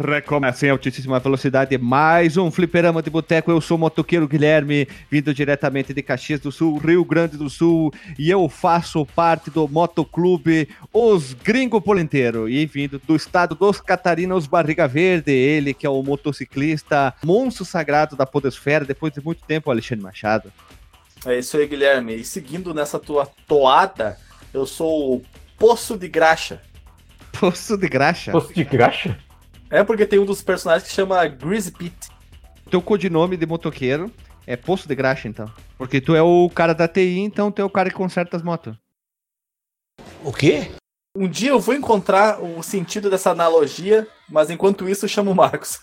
Recomeça em altíssima velocidade mais um fliperama de boteco. Eu sou o motoqueiro Guilherme, vindo diretamente de Caxias do Sul, Rio Grande do Sul, e eu faço parte do motoclube Os Gringo Polenteiro, e vindo do estado dos Catarina, os Barriga Verde, ele que é o motociclista monstro sagrado da podosfera, depois de muito tempo, Alexandre Machado. É isso aí, Guilherme, e seguindo nessa tua toada, eu sou o Poço de Graxa. Poço de Graxa? Poço de Graxa? É porque tem um dos personagens que chama Greasy Pete. Teu codinome de motoqueiro é Poço de Graxa, então. Porque tu é o cara da TI, então tu é o cara que conserta as motos. O quê? Um dia eu vou encontrar o sentido dessa analogia, mas enquanto isso eu chamo o Marcos.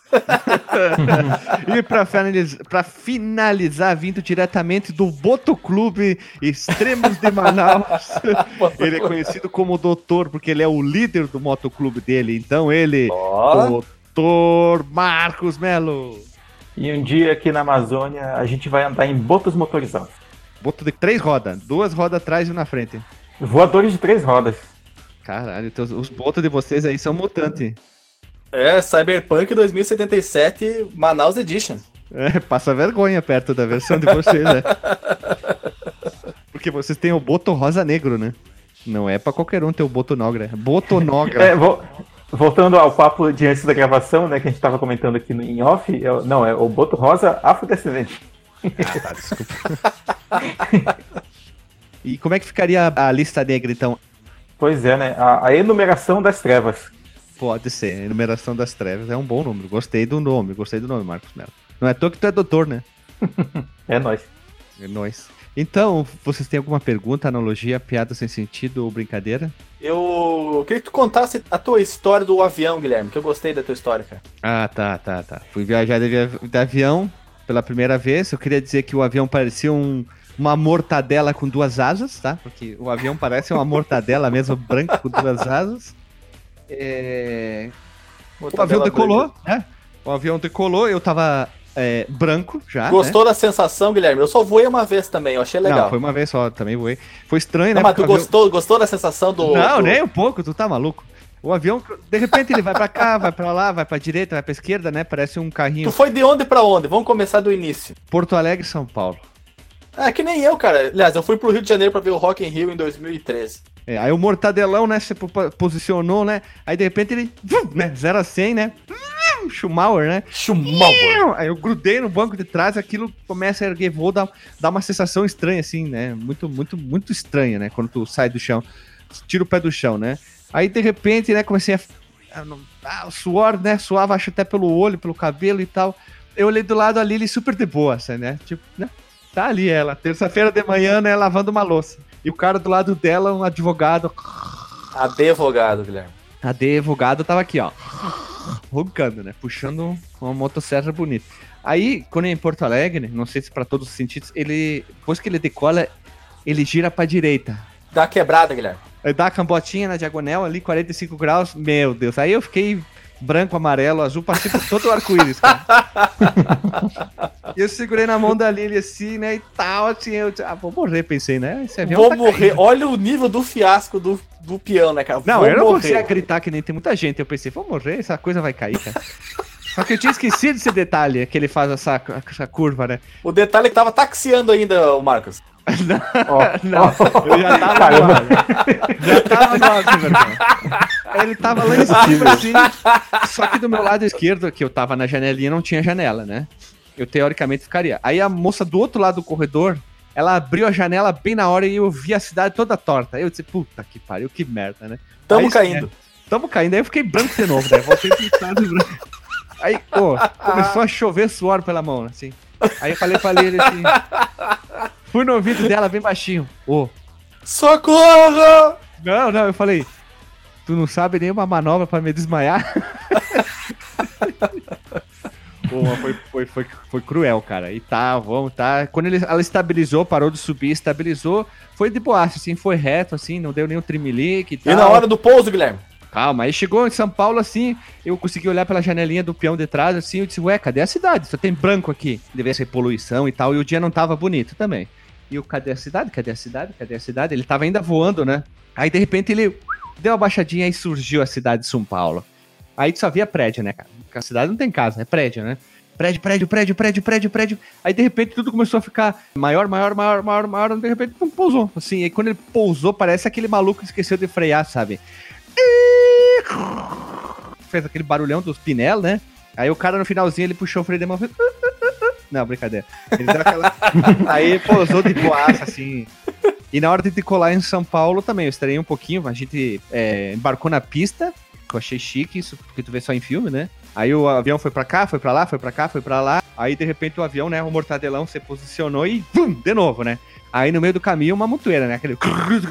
E pra finalizar, vindo diretamente do Botoclube Extremos de Manaus, ele é conhecido como Doutor, porque ele é o líder do motoclube dele. Então ele, Doutor Marcos Melo. E um dia aqui na Amazônia a gente vai andar em botos motorizados. Boto de 3 rodas, 2 rodas atrás e na frente. Voadores de 3 rodas. Caralho, então os botos de vocês aí são mutantes. É, Cyberpunk 2077 Manaus Edition. É, passa vergonha perto da versão de vocês, né? Porque vocês têm o boto rosa negro, né? Não é pra qualquer um ter o boto nogra. Boto nogra. Voltando ao papo de antes da gravação, né, que a gente tava comentando aqui em off, é o boto rosa afrodescendente. Tá, desculpa. E como é que ficaria a lista negra, então? Pois é, né? A enumeração das trevas. Pode ser, a enumeração das trevas. É um bom número. Gostei do nome, Marcos Melo. Não é à toa que tu é doutor, né? É nóis. É nóis. Então, vocês têm alguma pergunta, analogia, piada sem sentido ou brincadeira? Eu queria que tu contasse a tua história do avião, Guilherme, que eu gostei da tua história, cara. Ah, tá. Fui viajar de avião pela primeira vez. Eu queria dizer que o avião parecia uma mortadela com 2 asas, tá? Porque o avião parece uma mortadela mesmo, branca com 2 asas. O avião decolou, né? O avião decolou, eu tava branco já. Gostou da sensação, Guilherme? Eu só voei uma vez também, eu achei legal. Não, foi uma vez só, também voei. Foi estranho, né? Mas tu gostou da sensação do... Não, nem um pouco, tu tá maluco. O avião, de repente ele vai pra cá, vai pra lá, vai pra direita, vai pra esquerda, né? Parece um carrinho. Tu foi de onde pra onde? Vamos começar do início. Porto Alegre, São Paulo. É que nem eu, cara. Aliás, eu fui pro Rio de Janeiro pra ver o Rock in Rio em 2013. Aí o mortadelão, né, se posicionou, né? Aí de repente ele, né, 0 a 100, né? Schumacher, né? Schumacher. Aí eu grudei no banco de trás, aquilo começa a erguer voo, dá uma sensação estranha, assim, né? Muito, muito, muito estranha, né? Quando tu sai do chão, tira o pé do chão, né? Aí de repente, né, comecei o suor, né? Suava, acho até pelo olho, pelo cabelo e tal. Eu olhei do lado ali, ele super de boa, assim, né? Tipo, né? Tá ali ela, terça-feira de manhã, né, lavando uma louça. E o cara do lado dela, um advogado. Advogado, Guilherme. Advogado tava aqui, ó. Roncando, né? Puxando uma motosserra bonita. Aí, quando é em Porto Alegre, não sei se pra todos os sentidos, depois que ele decola, ele gira pra direita. Dá uma quebrada, Guilherme. Aí dá a cambotinha na diagonal ali, 45 graus. Meu Deus. Aí eu fiquei branco, amarelo, azul, passei por todo o arco-íris, cara. E eu segurei na mão da Lili assim, né, e tal, assim, vou morrer, pensei, né, esse avião vou morrer, caindo. Olha o nível do fiasco do peão, né, cara. Não, eu não conseguia gritar que nem tem muita gente, eu pensei, vou morrer, essa coisa vai cair, cara. Só que eu tinha esquecido esse detalhe, que ele faz essa curva, né. O detalhe é que tava taxiando ainda, o Marcos. Não, eu já tava no ar, velho. Ele tava lá em cima, assim, só que do meu lado esquerdo, que eu tava na janelinha, não tinha janela, né? Eu teoricamente ficaria. Aí a moça do outro lado do corredor, ela abriu a janela bem na hora e eu vi a cidade toda torta. Aí eu disse, puta que pariu, que merda, né? Tamo caindo. Aí eu fiquei branco de novo, né? Voltei pro estado branco. Aí, começou a chover suor pela mão, assim. Aí eu falei pra ele assim... Fui no ouvido dela bem baixinho. Socorro! Não, eu falei... Tu não sabe nenhuma manobra pra me desmaiar? Foi cruel, cara. E vamos. Quando ela estabilizou, parou de subir, estabilizou, foi de boaça, assim, foi reto, assim, não deu nenhum trimelique e tal. E na hora do pouso, Guilherme? Calma, aí chegou em São Paulo, assim, eu consegui olhar pela janelinha do peão de trás, assim, eu disse, ué, cadê a cidade? Só tem branco aqui. Devia ser poluição e tal, e o dia não tava bonito também. E eu, cadê a cidade? Ele tava ainda voando, né? Aí, de repente, ele deu uma baixadinha e surgiu a cidade de São Paulo. Aí tu só via prédio, né, cara? Porque a cidade não tem casa, é prédio, né? Prédio. Aí, de repente, tudo começou a ficar maior, de repente, pousou. Assim, aí quando ele pousou, parece aquele maluco que esqueceu de frear, sabe? Fez aquele barulhão dos Pinel, né? Aí o cara, no finalzinho, ele puxou o freio de mão e fez... Não, brincadeira. Ele deu aquela... Aí pousou de boaça, assim... E na hora de decolar em São Paulo também, eu estranhei um pouquinho, a gente embarcou na pista, que eu achei chique, isso porque tu vê só em filme, né? Aí o avião foi pra cá, foi pra lá, aí de repente o avião, né, o mortadelão se posicionou e pum, de novo, né? Aí no meio do caminho uma montoeira, né, aquele...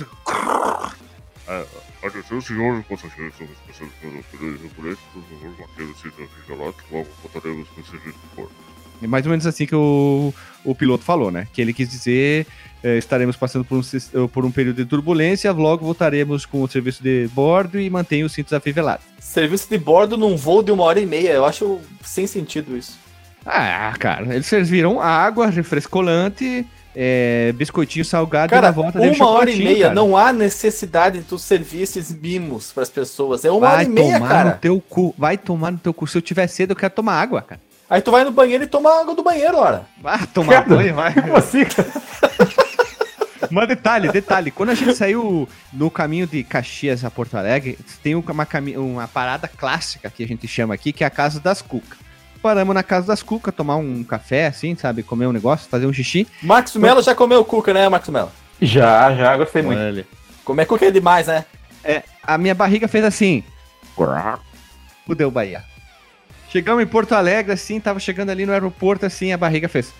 Atenção, senhores passageiros, somos passando pelo período japonês, por favor, mantenham o cinto vigilado, logo voltaremos com o serviço de bordo. É mais ou menos assim que o piloto falou, né? Que ele quis dizer, estaremos passando por um período de turbulência, logo voltaremos com o serviço de bordo e mantenha os cintos afivelados. Serviço de bordo num voo de 1h30, eu acho sem sentido isso. Ah, cara, eles serviram água, refrescolante, biscoitinho salgado cara, e na volta 1h30, cara. Não há necessidade de tu servir esses mimos pras pessoas. É 1h30, Vai tomar cara. no teu cu, vai tomar no teu cu. Se eu tiver cedo, eu quero tomar água, cara. Aí tu vai no banheiro e toma água do banheiro, ora. Vai tomar banho, vai. Como assim, cara? Mas detalhe, quando a gente saiu no caminho de Caxias a Porto Alegre, tem uma parada clássica que a gente chama aqui, que é a Casa das Cucas. Paramos na Casa das Cucas, tomar um café, assim, sabe? Comer um negócio, fazer um xixi. Marcos Mello já comeu cuca, né, Marcos Mello? Já, gostei muito. Olha. Comer cuca é demais, né? A minha barriga fez assim. Fudeu Bahia. Chegamos em Porto Alegre, assim, tava chegando ali no aeroporto, assim, a barriga fez...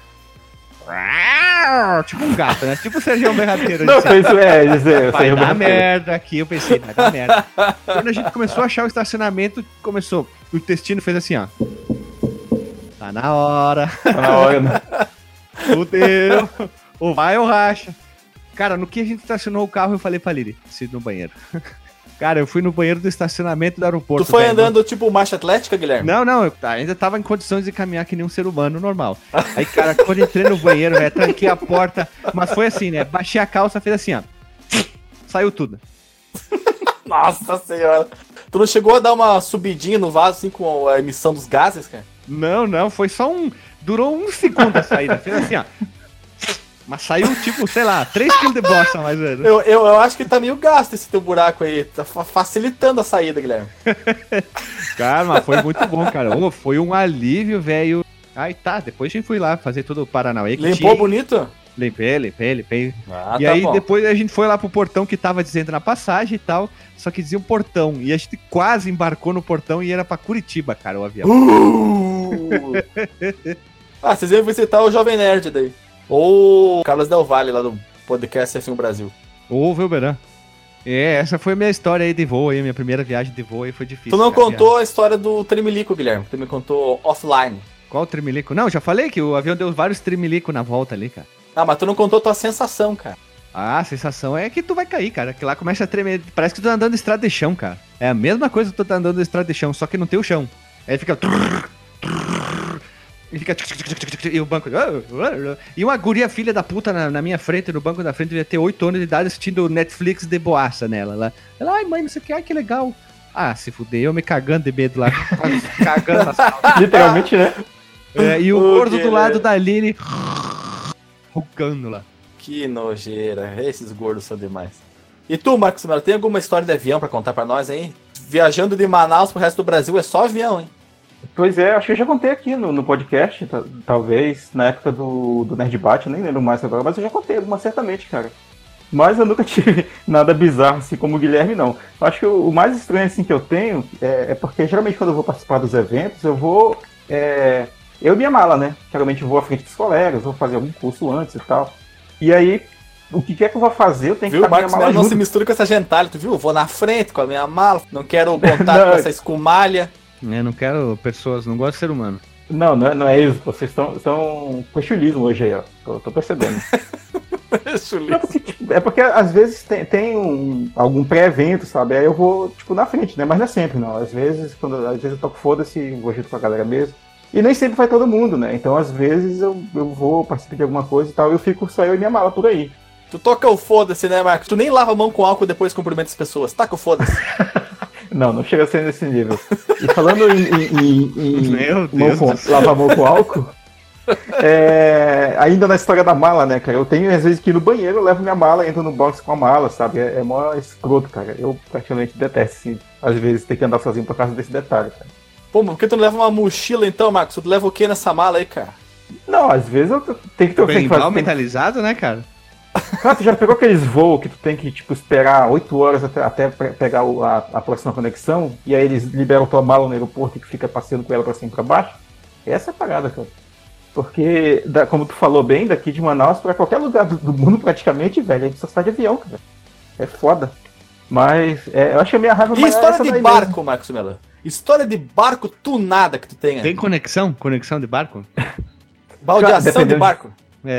Tipo um gato, né? Tipo o Sergião Berrateiro. Não, foi isso, Vai dar merda aqui, eu pensei, vai dar merda. Quando a gente começou a achar o estacionamento, o intestino fez assim, ó. Tá na hora. Tá na hora, né? Fudeu. Ou vai ou racha. Cara, no que a gente estacionou o carro, eu falei pra Lili, preciso ir no banheiro. Cara, eu fui no banheiro do estacionamento do aeroporto. Tu foi andando tipo marcha atlética, Guilherme? Não, eu ainda tava em condições de caminhar que nem um ser humano normal. Aí, cara, quando eu entrei no banheiro, velho, tranquei a porta, mas foi assim, né? Baixei a calça, fez assim, ó. Saiu tudo. Nossa senhora. Tu não chegou a dar uma subidinha no vaso, assim, com a emissão dos gases, cara? Não, foi só durou 1 segundo a saída, fez assim, ó. Mas saiu, tipo, sei lá, 3 kg de bosta, mais ou menos. Eu acho que tá meio gasto esse teu buraco aí. Tá facilitando a saída, Guilherme. Cara, mas foi muito bom, cara. Foi um alívio, velho. Aí tá, depois a gente foi lá fazer todo o Paranauê. Limpou bonito? Limpei. Ah, e tá aí bom. depois a gente foi lá pro portão que tava dizendo na passagem e tal, só que dizia um portão. E a gente quase embarcou no portão e era pra Curitiba, cara, o avião. Ah, vocês iam visitar o Jovem Nerd daí. Ou o Carlos Del Valle, lá do podcast F1 Brasil. Ou o Velberan. Essa foi a minha história aí de voo aí, minha primeira viagem de voo aí foi difícil. Tu não cara, contou a história do Tremelico, Guilherme. Tu me contou offline. Qual tremelico? Não, já falei que o avião deu vários tremelico na volta ali, cara. Ah, mas tu não contou tua sensação, cara. Ah, a sensação é que tu vai cair, cara. Que lá começa a tremer. Parece que tu tá andando em estrada de chão, cara. É a mesma coisa que tu tá andando em estrada de chão, só que não tem o chão. Aí fica... E fica... E o banco... E uma guria filha da puta na minha frente, no banco da frente, devia ter 8 anos de idade assistindo Netflix de boaça nela. Ela, ai mãe, não sei o que, ai que legal. Ah, se fuder, eu me cagando de medo lá. Cagando nas calças. Literalmente, né? E o gordo do lado da Lili... Rugando lá. Que nojeira. Esses gordos são demais. E tu, Marcos Melo, tem alguma história de avião pra contar pra nós aí? Viajando de Manaus pro resto do Brasil é só avião, hein? Pois é, acho que eu já contei aqui no podcast, talvez, na época do Nerdbate, eu nem lembro mais agora, mas eu já contei alguma certamente, cara. Mas eu nunca tive nada bizarro assim como o Guilherme, não. Eu acho que o mais estranho assim que eu tenho é porque geralmente quando eu vou participar dos eventos, eu vou... eu e minha mala, né? Geralmente eu vou à frente dos colegas, vou fazer algum curso antes e tal. E aí, o que é que eu vou fazer? Eu tenho que Viu, estar com a Marcos minha mala Melo não se junto. mistura com essa gentalha, tu viu? Eu vou na frente com a minha mala, não quero contato com essa escumalha. Não quero pessoas, não gosto de ser humano. Não é isso, vocês estão com chulismo hoje aí, ó. Tô percebendo. É porque às vezes tem algum pré-evento, sabe? Aí eu vou, tipo, na frente, né? Mas não é sempre, não. Às vezes eu toco foda-se, vou junto com a galera mesmo. E nem sempre vai todo mundo, né? Então, às vezes, eu vou participar de alguma coisa e tal, eu fico só eu e minha mala por aí. Tu toca o foda-se, né, Marcos? Tu nem lava a mão com álcool e depois cumprimenta as pessoas. Taca o foda-se. Não chega a ser nesse nível. E falando em Meu Deus. lavar a mão com álcool, ainda na história da mala, né, cara? Eu tenho, às vezes, que ir no banheiro, eu levo minha mala, entro no box com a mala, sabe? É mó escroto, cara. Eu praticamente detesto, assim, às vezes, ter que andar sozinho por causa desse detalhe, cara. Pô, por que tu não leva uma mochila então, Marcos? Tu leva o que nessa mala aí, cara? Não, às vezes eu tenho que ter Berimbau metalizado, né, cara? Cara, tu já pegou aqueles voos que tu tem que, tipo, esperar 8 horas até pegar a próxima conexão, e aí eles liberam tua mala no aeroporto e que fica passeando com ela pra cima e pra baixo? Essa é a parada, cara. Porque, como tu falou bem, daqui de Manaus pra qualquer lugar do mundo praticamente, velho, a gente só sai de avião, cara. É foda. Mas eu acho que a minha raiva E história de barco, Marcos Mello? História de barco tunada que tu tenha. Tem conexão? Conexão de barco? Baldeação de barco?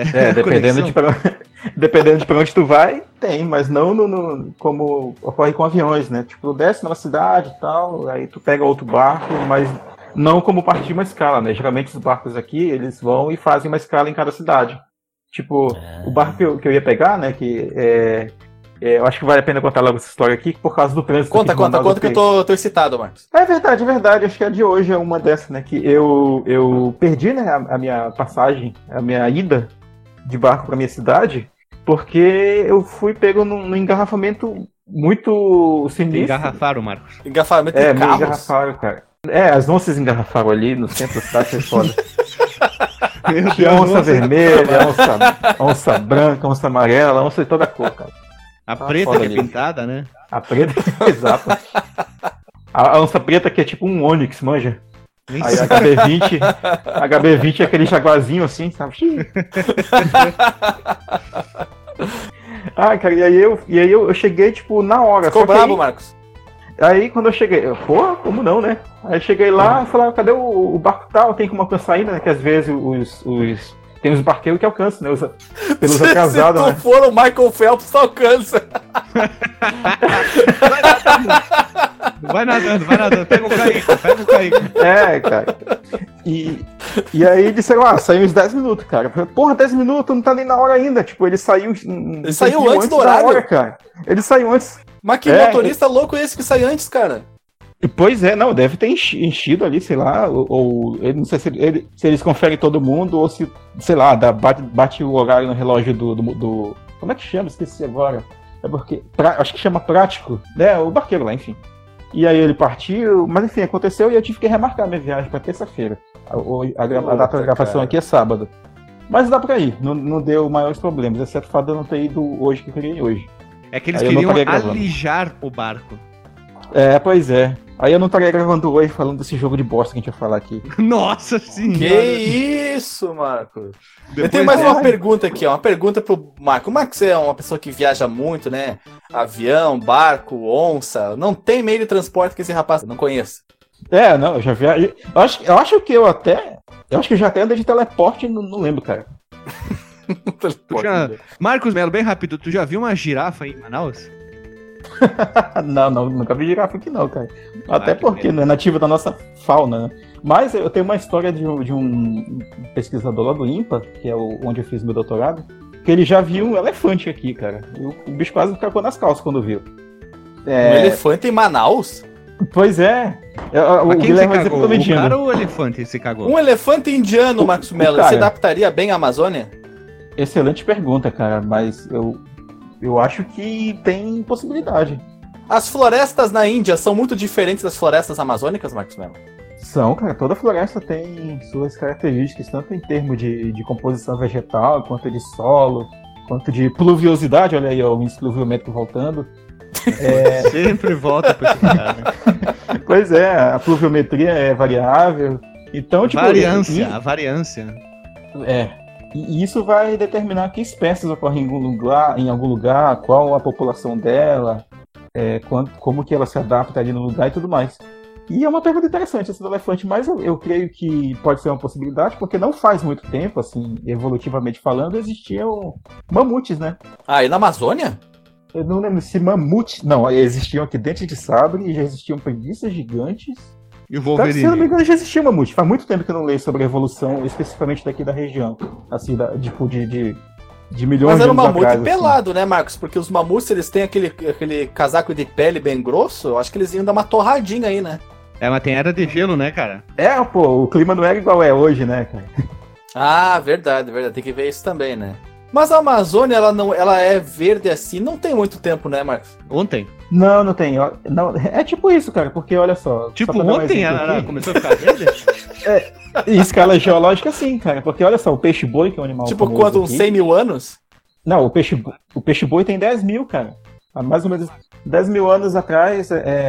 Dependendo de pra onde tu vai, tem, mas não como ocorre com aviões, né? Tipo, tu desce numa cidade e tal, aí tu pega outro barco, mas não como partir de uma escala, né? Geralmente os barcos aqui, eles vão e fazem uma escala em cada cidade. Tipo, o barco que eu ia pegar, né, eu acho que vale a pena contar logo essa história aqui, por causa do trânsito. Conta que eu tô excitado, Marcos. É verdade. Acho que a de hoje é uma dessas, né? Que eu perdi, né, a minha passagem, a minha ida de barco pra minha cidade, porque eu fui pego num engarrafamento muito sinistro. Engarrafaram, Marcos. Engarrafamento de me carros? engarrafaram, cara. As onças engarrafaram ali no centro da cidade, foi foda. Meu Tinha onça vermelha, onça branca, onça amarela, onça de toda cor, cara. A preta que é pintada, né? A preta, exato. A onça preta que é tipo um Onix, manja? Nem Aí sei. a HB20 é aquele jaguarzinho assim, sabe? Cara, e aí eu cheguei, tipo, na hora. Ficou bravo, Marcos? Aí quando eu cheguei, porra, como não, né? Aí cheguei lá e falei, cadê o barco tal? Tem como alcançar ainda, né? Que às vezes tem os barqueiros que alcançam, né? Pelos atrasados, né? Se tu for o Michael Phelps, tu alcança. Vai nadando. Pega o caíco. Cara. E aí disseram, saiu uns 10 minutos, cara. Eu falei, porra, 10 minutos, não tá nem na hora ainda. Tipo, ele saiu... Ele saiu antes do horário. Hora, cara. Ele saiu antes. Mas que motorista louco esse que sai antes, cara? Pois é, não, deve ter enchido ali, sei lá, ou não sei se eles conferem todo mundo, ou se, sei lá, bate o horário no relógio do... Como é que chama? Esqueci agora. É porque... acho que chama prático, né? O barqueiro lá, enfim. E aí ele partiu, mas enfim, aconteceu e eu tive que remarcar minha viagem pra terça-feira. A data da gravação aqui é sábado. Mas dá pra ir, não deu maiores problemas, exceto o fato de eu não ter ido hoje, que eu queria ir hoje. É que eles Aí queriam alijar o barco. Pois é. Aí eu não estaria gravando hoje falando desse jogo de bosta que a gente vai falar aqui. Nossa senhora! Que isso, Marcos? Eu tenho mais uma pergunta aqui, ó. Uma pergunta pro Marcos. O Marcos é uma pessoa que viaja muito, né? Avião, barco, onça. Não tem meio de transporte que esse rapaz não conheça. Não, eu já viajei. Eu acho que eu acho que eu já até andei de teleporte e não lembro, cara. Marcos Mello, bem rápido, tu já viu uma girafa em Manaus? Não, nunca vi girafa aqui não, cara. Até porque não é nativa da nossa fauna, né? Mas eu tenho uma história de um pesquisador lá do INPA, que é onde eu fiz meu doutorado, que ele já viu um elefante aqui, cara. O bicho quase cagou nas calças quando viu. Um elefante em Manaus? Pois é. O Guilherme se cagou? O cara ou o elefante se cagou? Um elefante indiano, Marcos Mello, se adaptaria bem à Amazônia? Excelente pergunta, cara, mas eu acho que tem possibilidade. As florestas na Índia são muito diferentes das florestas amazônicas, Marcos Mello? São, cara. Toda floresta tem suas características, tanto em termos de composição vegetal, quanto de solo, quanto de pluviosidade. Olha aí, ó, o índice pluviométrico voltando. Sempre volta para esse cara, né? Pois é, a pluviometria é variável. Então, tipo, a variância. E isso vai determinar que espécies ocorrem em algum lugar, qual a população dela, como que ela se adapta ali no lugar e tudo mais. E é uma pergunta interessante esse do elefante, mas eu creio que pode ser uma possibilidade, porque não faz muito tempo, assim, evolutivamente falando, existiam mamutes, né? E na Amazônia? Eu não lembro se mamutes... Não, existiam aqui dentes de sabre e já existiam preguiças gigantes. E o Wolverine? Se eu não me engano, já existia mamute. Faz muito tempo que eu não leio sobre a evolução, especificamente daqui da região. Assim, De milhões Mas de era um anos mamute atrás, assim. pelado, né, Marcos? Porque os mamutes, eles têm aquele casaco de pele bem grosso, eu acho que eles iam dar uma torradinha aí, né? Mas tem era de gelo, né, cara? Pô, o clima não era igual é hoje, né, cara? Ah, verdade. Tem que ver isso também, né? Mas a Amazônia, ela é verde assim, não tem muito tempo, né, Marcos? Ontem. Não tem. Não, é tipo isso, cara, porque olha só. Tipo, só pra dar um ontem exemplo ela aqui, começou a ficar verde? em escala geológica, sim, cara, porque olha só, o peixe-boi, que é um animal Tipo, famoso quanto? Uns aqui- 100 mil anos? Não, o peixe-boi tem 10 mil, cara. Há mais ou menos 10 mil anos atrás,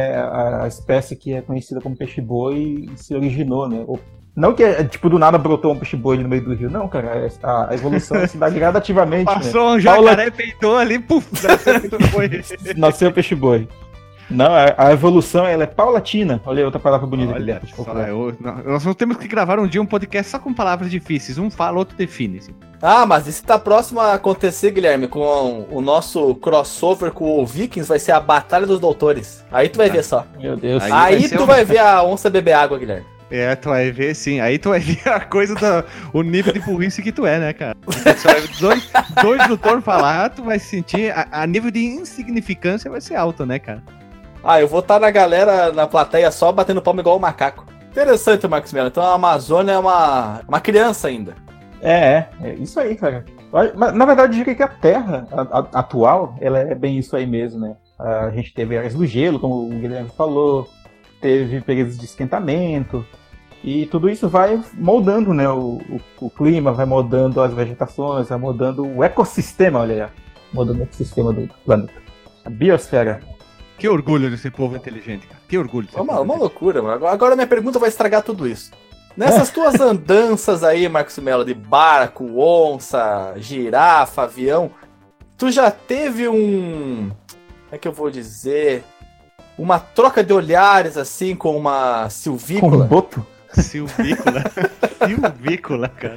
a espécie que é conhecida como peixe-boi se originou, né? Não que, tipo, do nada brotou um peixe-boi no meio do rio, não, cara. A evolução se dá gradativamente, Passou né? um jacaré, peitou ali, puf, Nasceu o peixe-boi. Não, a evolução, ela é paulatina. Olha aí outra palavra bonita aqui Olha dentro. só, nós não temos que gravar um dia um podcast só com palavras difíceis. Um fala, outro define. Assim. Ah, mas isso tá próximo a acontecer, Guilherme, com o nosso crossover com o Vikings, vai ser a Batalha dos Doutores. Aí tu vai ver só. Meu Deus. Aí tu vai ver a onça beber água, Guilherme. Tu vai ver sim. Aí tu vai ver a coisa o nível de burrice que tu é, né, cara? Você vai ver dois lutadores falar, tu vai sentir. A nível de insignificância vai ser alto, né, cara? Ah, eu vou estar na galera, na plateia, só batendo palma igual o macaco. Interessante, Marcos Melo. Então a Amazônia é uma criança ainda. É isso aí, cara. Mas, na verdade, eu diria que a Terra atual, ela é bem isso aí mesmo, né? A gente teve eras do gelo, como o Guilherme falou, teve períodos de esquentamento, e tudo isso vai moldando, né? O clima, vai moldando as vegetações, vai moldando o ecossistema, olha aí, mudando o ecossistema do planeta. A biosfera. Que orgulho desse povo inteligente, cara. Que orgulho. É uma loucura, mano. Agora minha pergunta vai estragar tudo isso. Nessas tuas andanças aí, Marcos Melo, de barco, onça, girafa, avião, tu já teve como é que eu vou dizer? Uma troca de olhares, assim, com uma silvícola? Com boto? Silvícola? Silvícola, cara.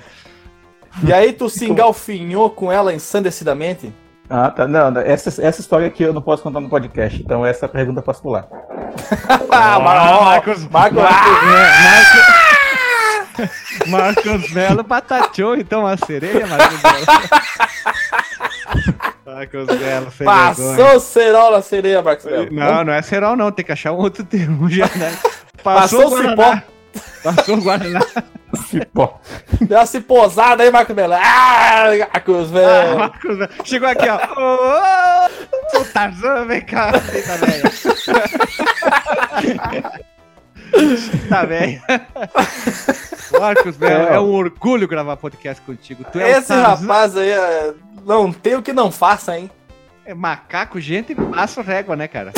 E aí tu se engalfinhou com ela ensandecidamente? Ah, tá. Não, essa história aqui eu não posso contar no podcast, então essa pergunta eu posso pular. Marcos Melo batateou então a sereia, Marcos Melo. Marcos Melo, sem Passou vergonha. cerol na sereia, Marcos Melo. Não é cerol não, tem que achar um outro termo já, né? Passou o cipó. Passou o Guaraná. Cipó. Deu uma ciposada aí, Marcos Melo. Marcos Melo. Marcos Melo. Chegou aqui, ó. Ô, Tarzan, vem cá. Eita, velho. Tá bem. Marcos Melo, é um orgulho gravar podcast contigo. Tu é Esse rapaz aí não tem o que não faça, hein? É macaco, gente, passa régua, né, cara?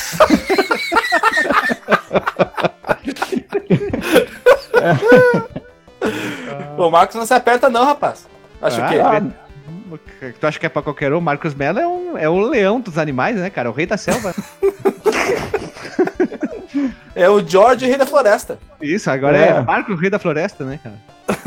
O Marcos não se aperta não, rapaz. Acho que Tu acha que é pra qualquer um? Marcos Melo é o leão dos animais, né, cara? O rei da selva. é o George, rei da floresta. Isso, agora é Marcos, rei da floresta, né, cara?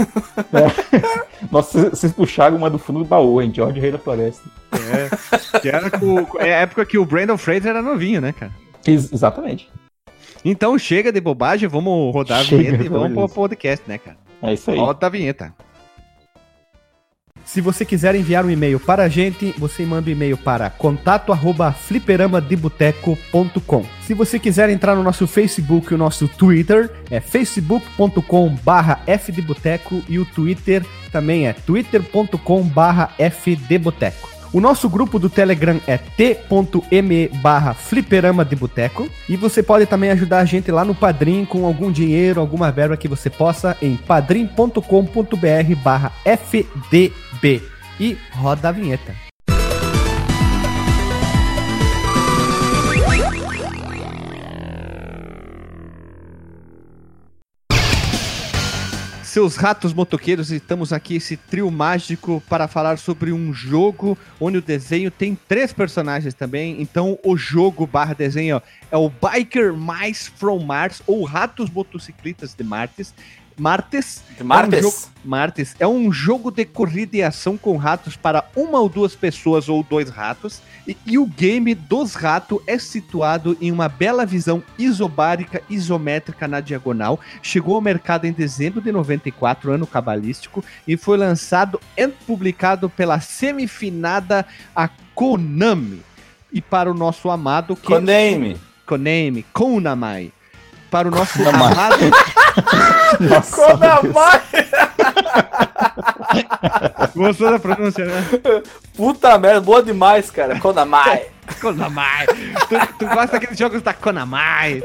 Nossa, vocês puxaram uma do fundo do baú, hein? George, rei da floresta. Que era a época que o Brandon Fraser era novinho, né, cara? Exatamente. Então chega de bobagem, vamos rodar a vinheta e vamos pro podcast, né, cara? É isso aí. Roda a vinheta. Se você quiser enviar um e-mail para a gente, você manda um e-mail para contato@fliperamadeboteco.com. Se você quiser entrar no nosso Facebook e o nosso Twitter, é facebook.com/fdeboteco e o Twitter também é twitter.com/fdeboteco. O nosso grupo do Telegram é t.me/fliperamadeboteco e você pode também ajudar a gente lá no Padrim com algum dinheiro, alguma verba que você possa em padrim.com.br/fdb. E roda a vinheta. Seus ratos motoqueiros, estamos aqui, esse trio mágico, para falar sobre um jogo onde o desenho tem 3 personagens também. Então, o jogo / desenho é o Biker Mice from Mars, ou Ratos Motociclistas de Marte. Martes. Martes? É um jogo de corrida e ação com ratos para uma ou duas pessoas ou dois ratos. E o game dos ratos é situado em uma bela visão isobárica, isométrica na diagonal. Chegou ao mercado em dezembro de 94, ano cabalístico, e foi lançado e publicado pela semifinada a Konami. E para o nosso amado... Konami. Para o nosso amado... Konami! Gostou da pronúncia, né? Puta merda, boa demais, cara. Konami. Tu gosta daqueles jogos da Konami?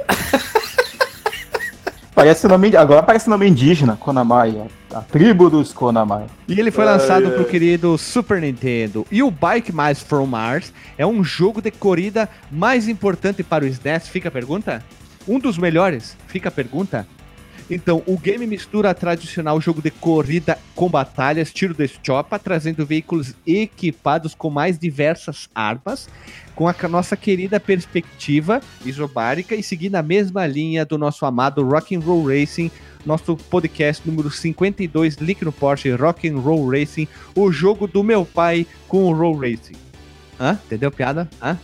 Agora parece nome indígena, Konami. A tribo dos Konami. E ele foi lançado pro querido Super Nintendo. E o Bike Mais From Mars é um jogo de corrida mais importante para o SNES? Fica a pergunta? Um dos melhores? Fica a pergunta? Então, o game mistura a tradicional jogo de corrida com batalhas, tiro de chopa, trazendo veículos equipados com mais diversas armas, com a nossa querida perspectiva isobárica e seguindo a mesma linha do nosso amado Rock'n'Roll Racing, nosso podcast número 52, Link no Porsche, Rock'n'Roll Racing, o jogo do meu pai com o Roll Racing. Entendeu a piada?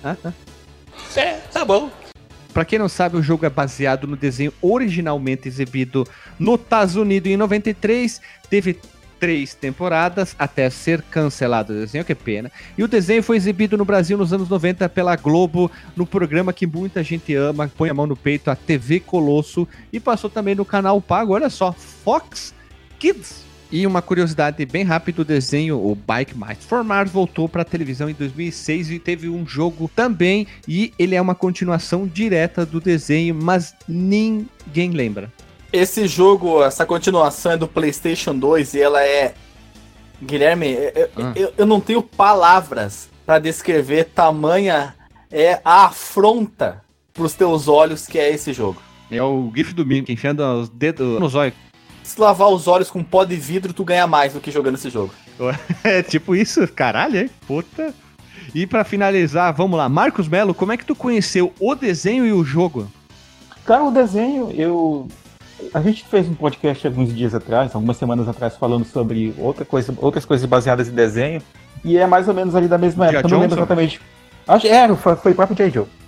Tá bom. Pra quem não sabe, o jogo é baseado no desenho originalmente exibido nos Estados Unidos em 93, teve 3 temporadas até ser cancelado o desenho, que pena. E o desenho foi exibido no Brasil nos anos 90 pela Globo, no programa que muita gente ama, põe a mão no peito, a TV Colosso, e passou também no canal pago, olha só, Fox Kids. E uma curiosidade bem rápida, o desenho, o Bike Mais For Mars, voltou para a televisão em 2006 e teve um jogo também, e ele é uma continuação direta do desenho, mas ninguém lembra. Esse jogo, essa continuação é do PlayStation 2 e ela é... Guilherme, eu não tenho palavras para descrever tamanha a afronta pros teus olhos que é esse jogo. É o GIF do Mimic, enfiando os dedos nos olhos. Se lavar os olhos com pó de vidro, tu ganha mais do que jogando esse jogo. É tipo isso, caralho, hein? Puta. E pra finalizar, vamos lá. Marcos Melo, como é que tu conheceu o desenho e o jogo? Cara, o desenho, a gente fez um podcast alguns dias atrás, algumas semanas atrás, falando sobre outras coisas baseadas em desenho. E é mais ou menos ali da mesma época. Eu não lembro exatamente. Foi o próprio J. Joe.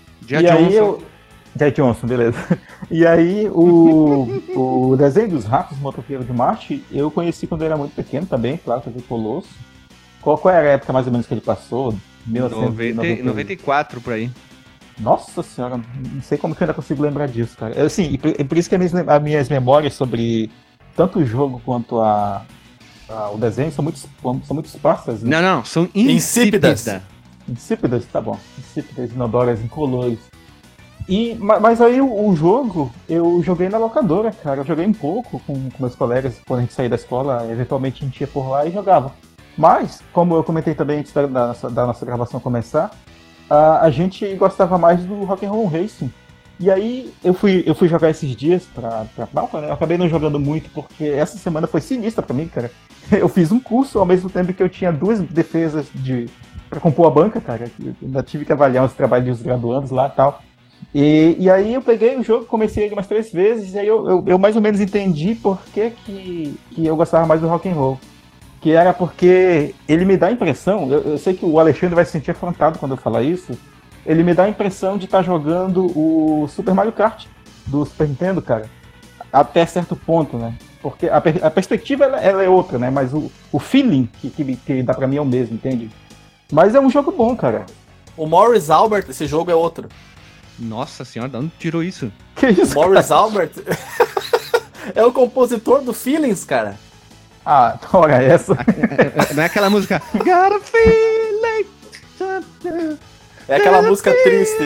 J. Johnson, beleza. E aí, o desenho dos ratos, Motoqueiro de Marte, eu conheci quando eu era muito pequeno também, claro, TV Colosso. Qual era a época mais ou menos que ele passou? 94, por aí. Nossa senhora, não sei como que eu ainda consigo lembrar disso, cara. Assim, e por isso que as minhas memórias sobre tanto o jogo quanto o desenho são muito esparsas. Né? Não, são insípidas. Insípidas, tá bom. Insípidas, inodoras, incolores. Mas aí o jogo, eu joguei na locadora, cara. Eu joguei um pouco com meus colegas, quando a gente saía da escola, eventualmente a gente ia por lá e jogava. Mas, como eu comentei também antes da nossa gravação começar, a gente gostava mais do Rock'n'Roll Racing. E aí eu fui jogar esses dias pra pauta, né? Eu acabei não jogando muito, porque essa semana foi sinistra pra mim, cara. Eu fiz um curso ao mesmo tempo que eu tinha 2 defesas pra compor a banca, cara. Eu ainda tive que avaliar os trabalhos dos graduandos lá e tal. E aí eu peguei o jogo, comecei ele umas 3 vezes, e aí eu mais ou menos entendi por que eu gostava mais do Rock'n'Roll. Que era porque ele me dá a impressão, eu sei que o Alexandre vai se sentir afrontado quando eu falar isso, ele me dá a impressão de estar jogando o Super Mario Kart do Super Nintendo, cara, até certo ponto, né? Porque a perspectiva ela é outra, né? Mas o feeling que dá pra mim é o mesmo, entende? Mas é um jogo bom, cara. O Morris Albert, esse jogo é outro. Nossa senhora, de onde tirou isso? Que isso, Morris Albert é o compositor do Feelings, cara. Olha essa. Não é aquela música Got a feeling. É aquela música triste.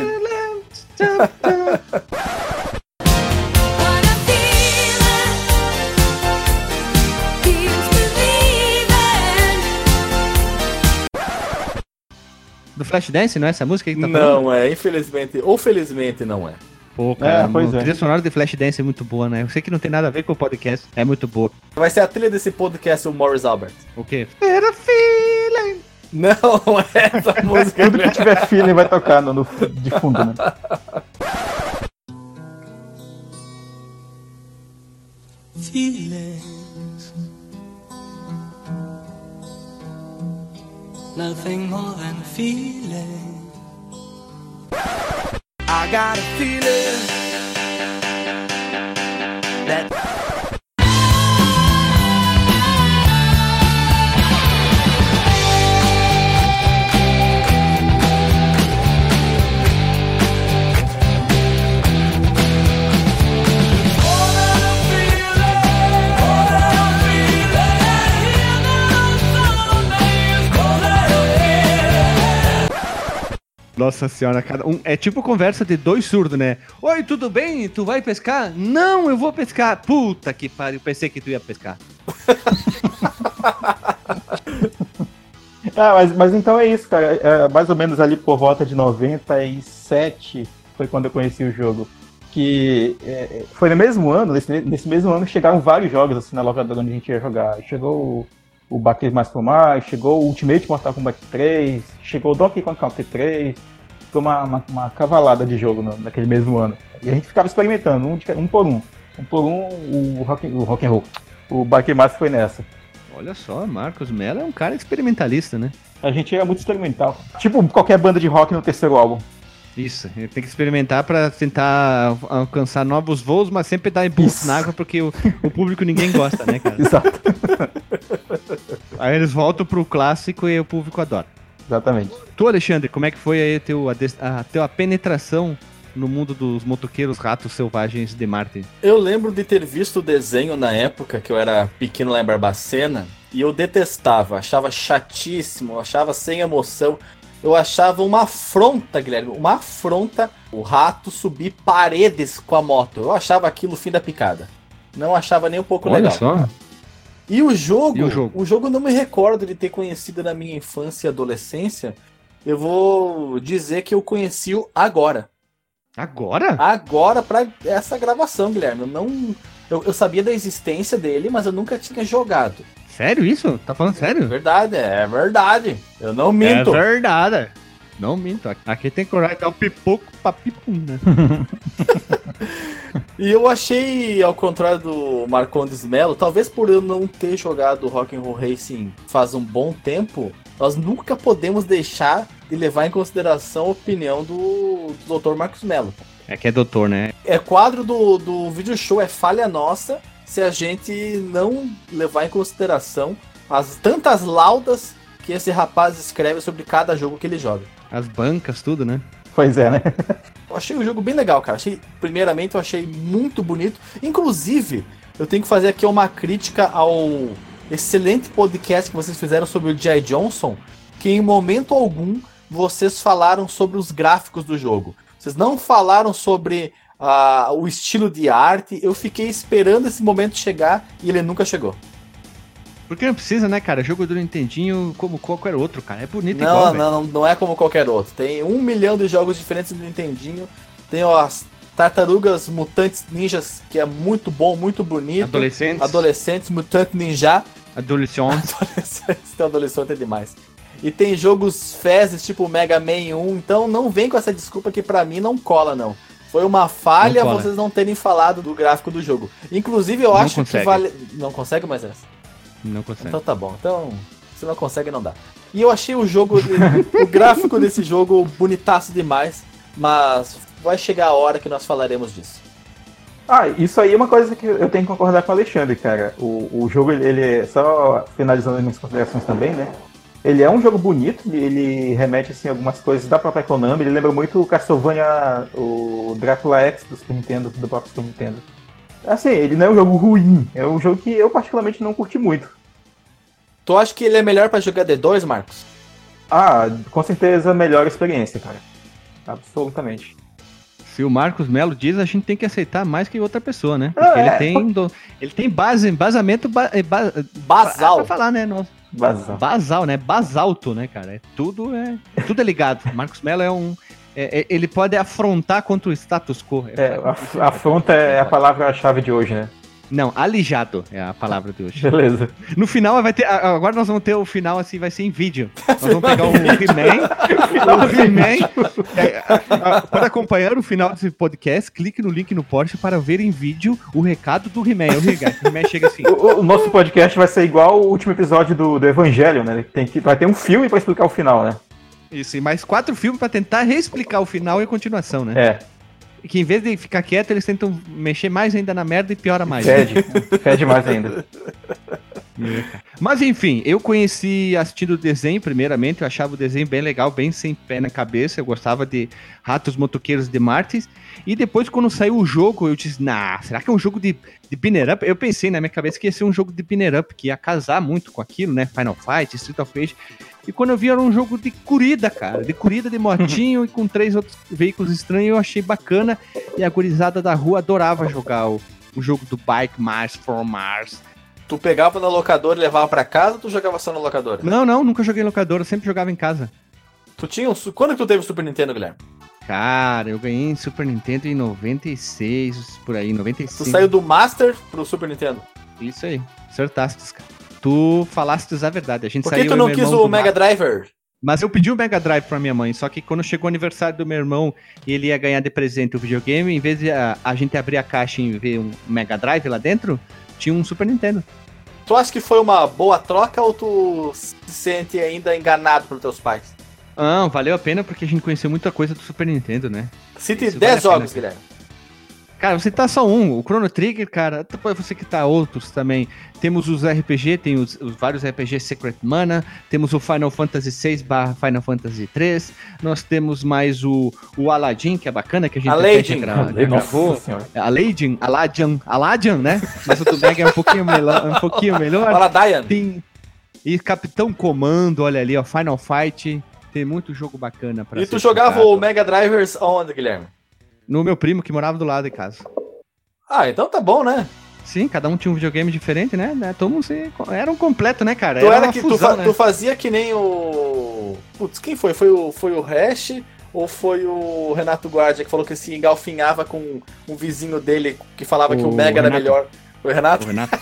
Do Flashdance, não é essa música que tá falando? Não, infelizmente. Ou felizmente não é. Pô, cara, a trilha sonora de Flashdance é muito boa, né? Eu sei que não tem nada a ver com o podcast, é muito boa. Vai ser a trilha desse podcast, o Morris Albert. O quê? Era feeling. Não, é essa música. Tudo que tiver feeling vai tocar de fundo, né? feelings, nothing more than a feeling. I got a feeling that Nossa senhora, cada um. É tipo conversa de dois surdos, né? Oi, tudo bem? Tu vai pescar? Não, eu vou pescar. Puta que pariu, pensei que tu ia pescar. Mas então é isso, cara. Mais ou menos ali por volta de 97 foi quando eu conheci o jogo. Que foi no mesmo ano, nesse mesmo ano chegaram vários jogos assim na locadora onde a gente ia jogar. Chegou o Battle Mais por Mais, chegou o Ultimate Mortal Kombat 3, chegou o Donkey Kong Country 3, foi uma cavalada de jogo naquele mesmo ano. E a gente ficava experimentando, um por um. O Rock'n'Roll. O Battle Mais foi nessa. Olha só, Marcos Mello é um cara experimentalista, né? A gente era muito experimental. Tipo qualquer banda de rock no terceiro álbum. Isso, ele tem que experimentar pra tentar alcançar novos voos, mas sempre dar impulso na água, porque o público ninguém gosta, né, cara? Exato. Aí eles voltam pro clássico e o público adora. Exatamente. Tu, Alexandre, como é que foi aí a tua penetração no mundo dos motoqueiros ratos selvagens de Marte? Eu lembro de ter visto o desenho na época que eu era pequeno lá em Barbacena, e eu detestava, achava chatíssimo, achava sem emoção. Eu achava uma afronta, Guilherme, uma afronta o rato subir paredes com a moto. Eu achava aquilo o fim da picada. Não achava nem um pouco legal. Olha só. E o jogo? O jogo eu não me recordo de ter conhecido na minha infância e adolescência. Eu vou dizer que eu conheci-o agora. Agora? Agora, pra essa gravação, Guilherme. Eu sabia da existência dele, mas eu nunca tinha jogado. Sério isso? Tá falando sério? É verdade. Eu não minto. É verdade. Não minto. Aqui tem que dar um pipoco pra pipum, né? E eu achei, ao contrário do Marcondes Mello, talvez por eu não ter jogado Rock'n'Roll Racing faz um bom tempo, nós nunca podemos deixar de levar em consideração a opinião do Dr. Marcos Mello. É que é doutor, né? É quadro do vídeo show, é falha nossa se a gente não levar em consideração as tantas laudas que esse rapaz escreve sobre cada jogo que ele joga. As bancas, tudo, né? Pois é, né? Eu achei o jogo bem legal, cara. Primeiramente, eu achei muito bonito. Inclusive, eu tenho que fazer aqui uma crítica ao excelente podcast que vocês fizeram sobre o G.I. Johnson, que em momento algum vocês falaram sobre os gráficos do jogo. Vocês não falaram sobre o estilo de arte. Eu fiquei esperando esse momento chegar e ele nunca chegou. Porque não precisa, né, cara? Jogo do Nintendinho como qualquer outro, cara. É bonito igual, velho. Não é como qualquer outro. Tem 1 milhão de jogos diferentes do Nintendinho. Tem as Tartarugas Mutantes Ninjas, que é muito bom, muito bonito. Adolescentes Mutant Ninja. Adolescentes. Tem adolescente é demais. E tem jogos fezes, tipo Mega Man 1. Então não vem com essa desculpa que pra mim não cola, não. Foi uma falha vocês não terem falado do gráfico do jogo. Inclusive, eu acho que vale... Não consegue mais essa? Não consegue. Então tá bom. Então, se não consegue, não dá. E eu achei o jogo, o gráfico desse jogo bonitaço demais, mas vai chegar a hora que nós falaremos disso. Isso aí é uma coisa que eu tenho que concordar com o Alexandre, cara. O jogo, ele só finalizando as minhas considerações também, né? Ele é um jogo bonito, ele remete, assim, algumas coisas da própria Konami, ele lembra muito o Castlevania, o Drácula X do Super Nintendo, do próprio Super Nintendo. Assim, ele não é um jogo ruim, é um jogo que eu particularmente não curti muito. Tu acha que ele é melhor pra jogar D2, Marcos? Com certeza melhor experiência, cara. Absolutamente. Se o Marcos Mello diz, a gente tem que aceitar mais que outra pessoa, né? Porque ele tem embasamento basal. Pra falar, né? Basal, né? Basalto, né, cara? Tudo é ligado. Marcos Mello ele pode afrontar contra o status quo. Afronta é a palavra-chave de hoje, né? Não, alijado é a palavra de hoje. Beleza. No final vai ter. Agora nós vamos ter o final assim, vai ser em vídeo. Nós vamos pegar o He-Man. Para acompanhar o final desse podcast, clique no link no Porsche para ver em vídeo o recado do He-Man. O He-Man chega assim. O nosso podcast vai ser igual o último episódio do Evangelho, né? Vai ter um filme pra explicar o final, né? Isso, e mais 4 filmes para tentar reexplicar o final e a continuação, né? É. E que em vez de ficar quieto, eles tentam mexer mais ainda na merda e piora mais. Fede mais ainda. Mas enfim, eu conheci assistindo o desenho primeiramente, eu achava o desenho bem legal, bem sem pé na cabeça, eu gostava de Ratos Motoqueiros de Marte, e depois quando saiu o jogo, eu disse, será que é um jogo de Pinner Up? Eu pensei na minha cabeça que ia ser um jogo de Pinner Up, que ia casar muito com aquilo, né, Final Fight, Street of Rage, e quando eu vi era um jogo de corrida, cara, de motinho e com 3 outros veículos estranhos, eu achei bacana, e a gurizada da rua adorava jogar o jogo do Bike Mars for Mars. Tu pegava na locadora e levava pra casa ou tu jogava só na locadora? Não, nunca joguei em locadora, eu sempre jogava em casa. Tu tinha Quando que tu teve o Super Nintendo, Guilherme? Cara, eu ganhei em Super Nintendo em 96, por aí, 95. Tu saiu do Master pro Super Nintendo? Isso aí, acertaste, cara. Tu falaste a verdade, a gente Por saiu... que tu não quis o Mega Driver? Mas eu pedi o Mega Drive pra minha mãe, só que quando chegou o aniversário do meu irmão e ele ia ganhar de presente o videogame, em vez de a gente abrir a caixa e ver um Mega Drive lá dentro, tinha um Super Nintendo. Tu acha que foi uma boa troca ou tu se sente ainda enganado pelos teus pais? Não, valeu a pena porque a gente conheceu muita coisa do Super Nintendo, né? Cite Isso 10 vale a jogos, pena. Guilherme. Cara, você tá só um. O Chrono Trigger, cara, depois você que tá outros também. Temos os RPG, tem os vários RPG Secret Mana, temos o Final Fantasy VI / Final Fantasy 3, nós temos mais o Aladdin, que é bacana, que a gente Aladdin. gravou. Aladdin, né? Mas o do Mega é um pouquinho melhor. Aladian. E Capitão Comando, olha ali, ó, Final Fight, tem muito jogo bacana pra E tu ser jogava jogado. o Mega Drivers onde, Guilherme? No meu primo, que morava do lado de casa. Ah, então tá bom, né? Sim, cada um tinha um videogame diferente, né? Todo mundo era um completo, né, cara? Tu Era era uma que fusão, né? tu fazia que nem o... Putz, quem foi? Foi o Hash ou foi o Renato Guardia que falou que se engalfinhava com um vizinho dele que falava que o Mega era melhor? Foi o Renato? O Renato.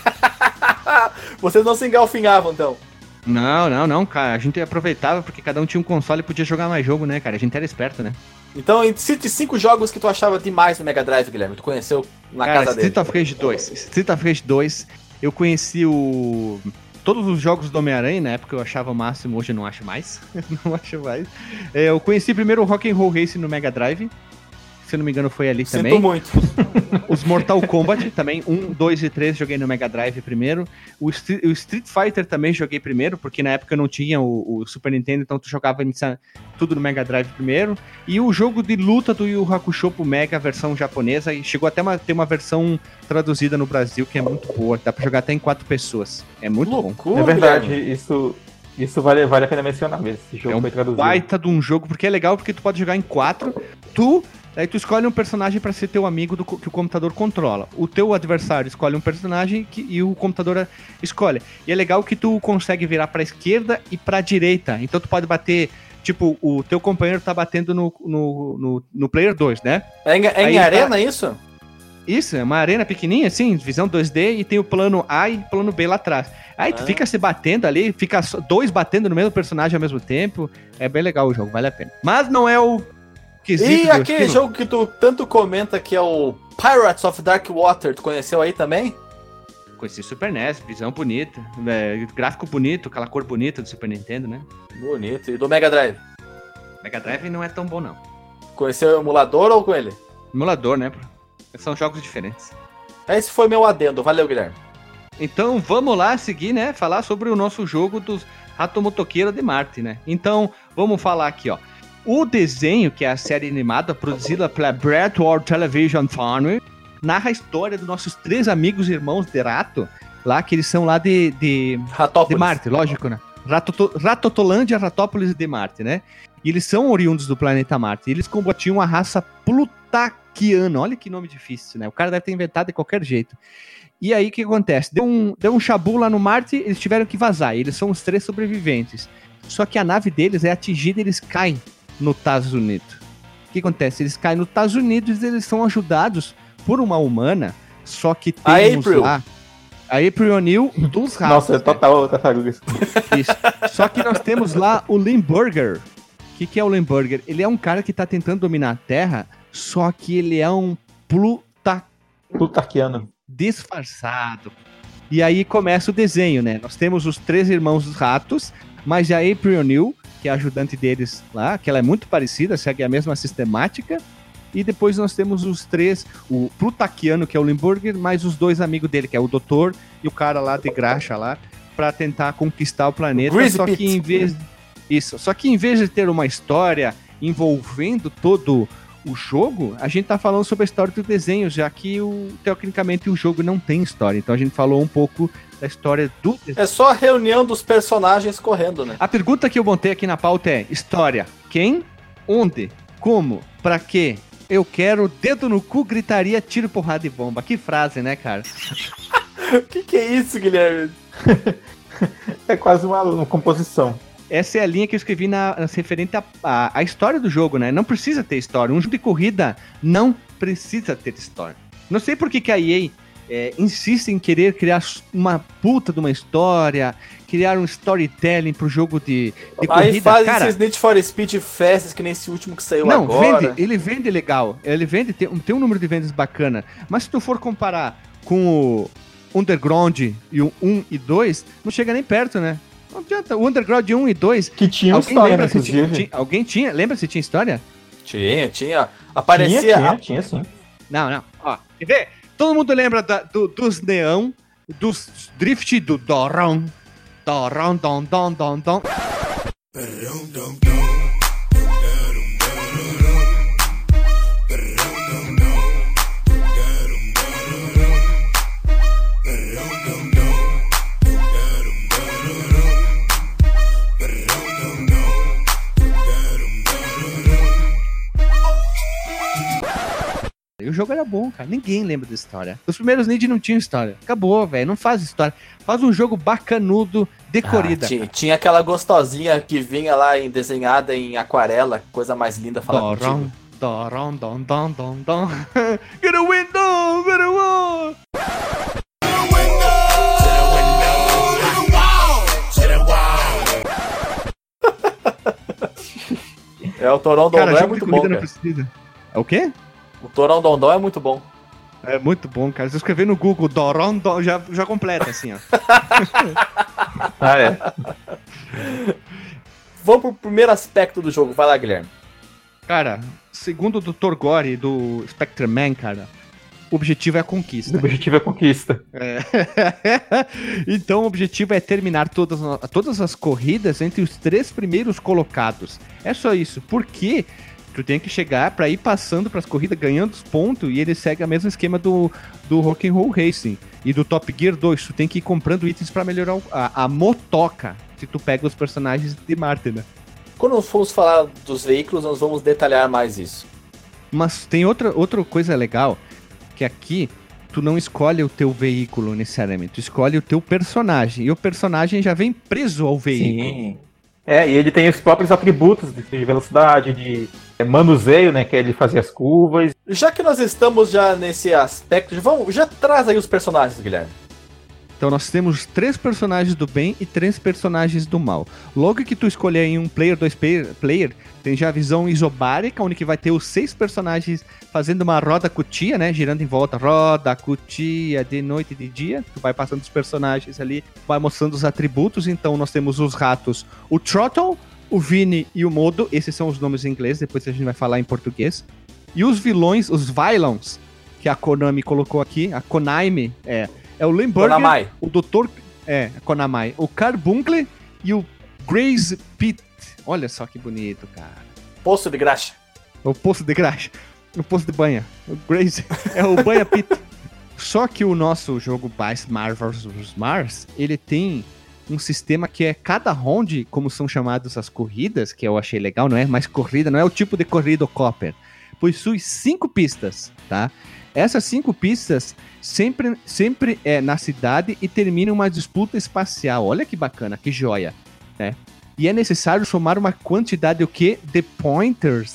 Vocês não se engalfinhavam, então? Não, cara. A gente aproveitava porque cada um tinha um console e podia jogar mais jogo, né, cara? A gente era esperto, né? Então, cite 5 jogos que tu achava demais no Mega Drive, Guilherme. Tu conheceu na casa dele. Street of Rage 2. Eu conheci todos os jogos do Homem-Aranha, na época eu achava o máximo, hoje eu não acho mais. Não acho mais. Eu conheci primeiro o Rock'n'Roll Racing no Mega Drive. Se eu não me engano foi ali também. Sinto muito. Os Mortal Kombat também, 1, 2 e 3 joguei no Mega Drive primeiro. O Street Fighter também joguei primeiro, porque na época não tinha o Super Nintendo, então tu jogava tudo no Mega Drive primeiro. E o jogo de luta do Yu Hakusho pro Mega, versão japonesa, e chegou até ter uma versão traduzida no Brasil, que é muito boa. Dá pra jogar até em 4 pessoas. É muito bom. É verdade, isso vale a pena mencionar mesmo. Esse jogo É um foi traduzido. baita de um jogo, porque é legal porque tu pode jogar em 4, aí tu escolhe um personagem pra ser teu amigo que o computador controla. O teu adversário escolhe um personagem e o computador escolhe. E é legal que tu consegue virar pra esquerda e pra direita. Então tu pode bater, tipo, o teu companheiro tá batendo no player 2, né? É em arena isso? Isso, é uma arena pequenininha, assim, visão 2D, e tem o plano A e o plano B lá atrás. Aí tu fica se batendo ali, fica 2 batendo no mesmo personagem ao mesmo tempo. É bem legal o jogo, vale a pena. Mas não é o quesito. E aquele jogo que tu tanto comenta que é o Pirates of Dark Water, tu conheceu aí também? Conheci Super NES, visão bonita, gráfico bonito, aquela cor bonita do Super Nintendo, né? Bonito. E do Mega Drive? Mega Drive não é tão bom, não. Conheceu o emulador ou com ele? Emulador, né? São jogos diferentes. Esse foi meu adendo. Valeu, Guilherme. Então vamos lá seguir, né? Falar sobre o nosso jogo dos Rato Motoqueiro de Marte, né? Então vamos falar aqui, ó. O desenho, que é a série animada produzida pela Breadward Television Family, narra a história dos nossos 3 amigos e irmãos de rato, lá que eles são lá de Marte, lógico, né? Ratotolândia, Ratópolis de Marte, né? E eles são oriundos do planeta Marte. E eles combatiam a raça Plutaquiana. Olha que nome difícil, né? O cara deve ter inventado de qualquer jeito. E aí o que acontece? Deu um chabu lá no Marte, eles tiveram que vazar. Eles são os 3 sobreviventes. Só que a nave deles é atingida e eles caem no Estados Unidos. O que acontece? Eles caem nos Estados Unidos e eles são ajudados por uma humana. Só que A temos April. lá a April O'Neil dos ratos. Nossa, é total tartarugas. Isso. Só que nós temos lá o Limburger. O que é o Limburger? Ele é um cara que tá tentando dominar a Terra, só que ele é um Plutarquiano. disfarçado. E aí começa o desenho, né? Nós temos os 3 irmãos dos ratos, mas a April O'Neil, que é a ajudante deles lá, que ela é muito parecida, segue a mesma sistemática. E depois nós temos os 3, o Plutarquiano, que é o Limburger, mais os 2 amigos dele, que é o doutor e o cara lá de graxa lá, pra tentar conquistar o planeta. Greasy Só que Pete. em vez de ter uma história envolvendo todo o jogo, a gente tá falando sobre a história do desenho, já que teoricamente o jogo não tem história. Então a gente falou um pouco da história do desenho. É só a reunião dos personagens correndo, né? A pergunta que eu montei aqui na pauta é: história, quem, onde, como, pra quê? Eu quero dedo no cu, gritaria, tiro, porrada e bomba. Que frase, né, cara? O que é isso, Guilherme? É quase uma composição. Essa é a linha que eu escrevi referente à história do jogo, né? Não precisa ter história. Um jogo de corrida não precisa ter história. Não sei por que a EA insiste em querer criar uma puta de uma história, criar um storytelling pro jogo de corrida. Aí faz cara, esses Need for Speed Fests, que nem esse último que saiu não, agora. ele vende legal. Ele vende, tem um número de vendas bacana. Mas se tu for comparar com o Underground e o 1 e 2, não chega nem perto, né? Não adianta. O Underground 1 e 2... Que tinha alguém história, lembra né, se tinha, inclusive. alguém tinha? Lembra se tinha história? Tinha. Aparecia... Tinha sim. Não. Ó, quer ver? Todo mundo lembra dos neão, dos drift do Doron. Doron, dom, dom, dom, dom. E o jogo era bom, cara. Ninguém lembra da história. Os primeiros Need não tinham história. Acabou, velho. Não faz história. Faz um jogo bacanudo de corrida. Tinha aquela gostosinha que vinha lá desenhada em aquarela. Coisa mais linda falar contigo. Doron, dom, dom, dom, dom. Get a window, get a wall. O Torão Cara, Dondon é jogo de muito corrida bom, não cara. precisa. É o quê? O Torão Dondon é muito bom. É muito bom, cara. Se eu escrever no Google Doron, dom, já completa, assim, ó. Ah, é. Vamos pro primeiro aspecto do jogo. Vai lá, Guilherme. Cara, segundo o Dr. Gore do Spectre-Man, cara, o objetivo é a conquista. O objetivo é a conquista. Então o objetivo é terminar todas as corridas entre os 3 primeiros colocados. É só isso. Porque tu tem que chegar pra ir passando pras corridas, ganhando os pontos, e ele segue o mesmo esquema do Rock'n'Roll Racing e do Top Gear 2. Tu tem que ir comprando itens pra melhorar a motoca, se tu pega os personagens de Marte, né? Quando formos falar dos veículos, nós vamos detalhar mais isso. Mas tem outra coisa legal, que aqui tu não escolhe o teu veículo necessariamente, tu escolhe o teu personagem, e o personagem já vem preso ao veículo. Sim. E ele tem os próprios atributos de velocidade, de manuseio, né? Que é ele fazer as curvas. Já que nós estamos já nesse aspecto, já traz aí os personagens, Guilherme. Então nós temos 3 personagens do bem e 3 personagens do mal. Logo que tu escolher em um player, 2 player, tem já a visão isobárica, onde que vai ter os 6 personagens fazendo uma roda cutia, né? Girando em volta, roda, cutia, de noite e de dia. Tu vai passando os personagens ali, vai mostrando os atributos. Então nós temos os ratos, o Trottle, o Vini e o Modo. Esses são os nomes em inglês, depois a gente vai falar em português. E os vilões, os Vylons, que a Konami colocou aqui, a Konami, é o Limburger, Konamai. o Dr. Konamai, o Carbuncle e o Grace Pit. Olha só que bonito, cara. Poço de graxa. O poço de graxa. O poço de banha. O Grace é o banha Pit. Só que o nosso jogo Bice Mars vs Mars, ele tem um sistema que é cada round, como são chamadas as corridas, que eu achei legal, não é mais corrida, não é o tipo de corrida Copper. Possui 5 pistas, tá? Essas 5 pistas sempre é na cidade e terminam uma disputa espacial. Olha que bacana, que joia, né? E é necessário somar uma quantidade de pointers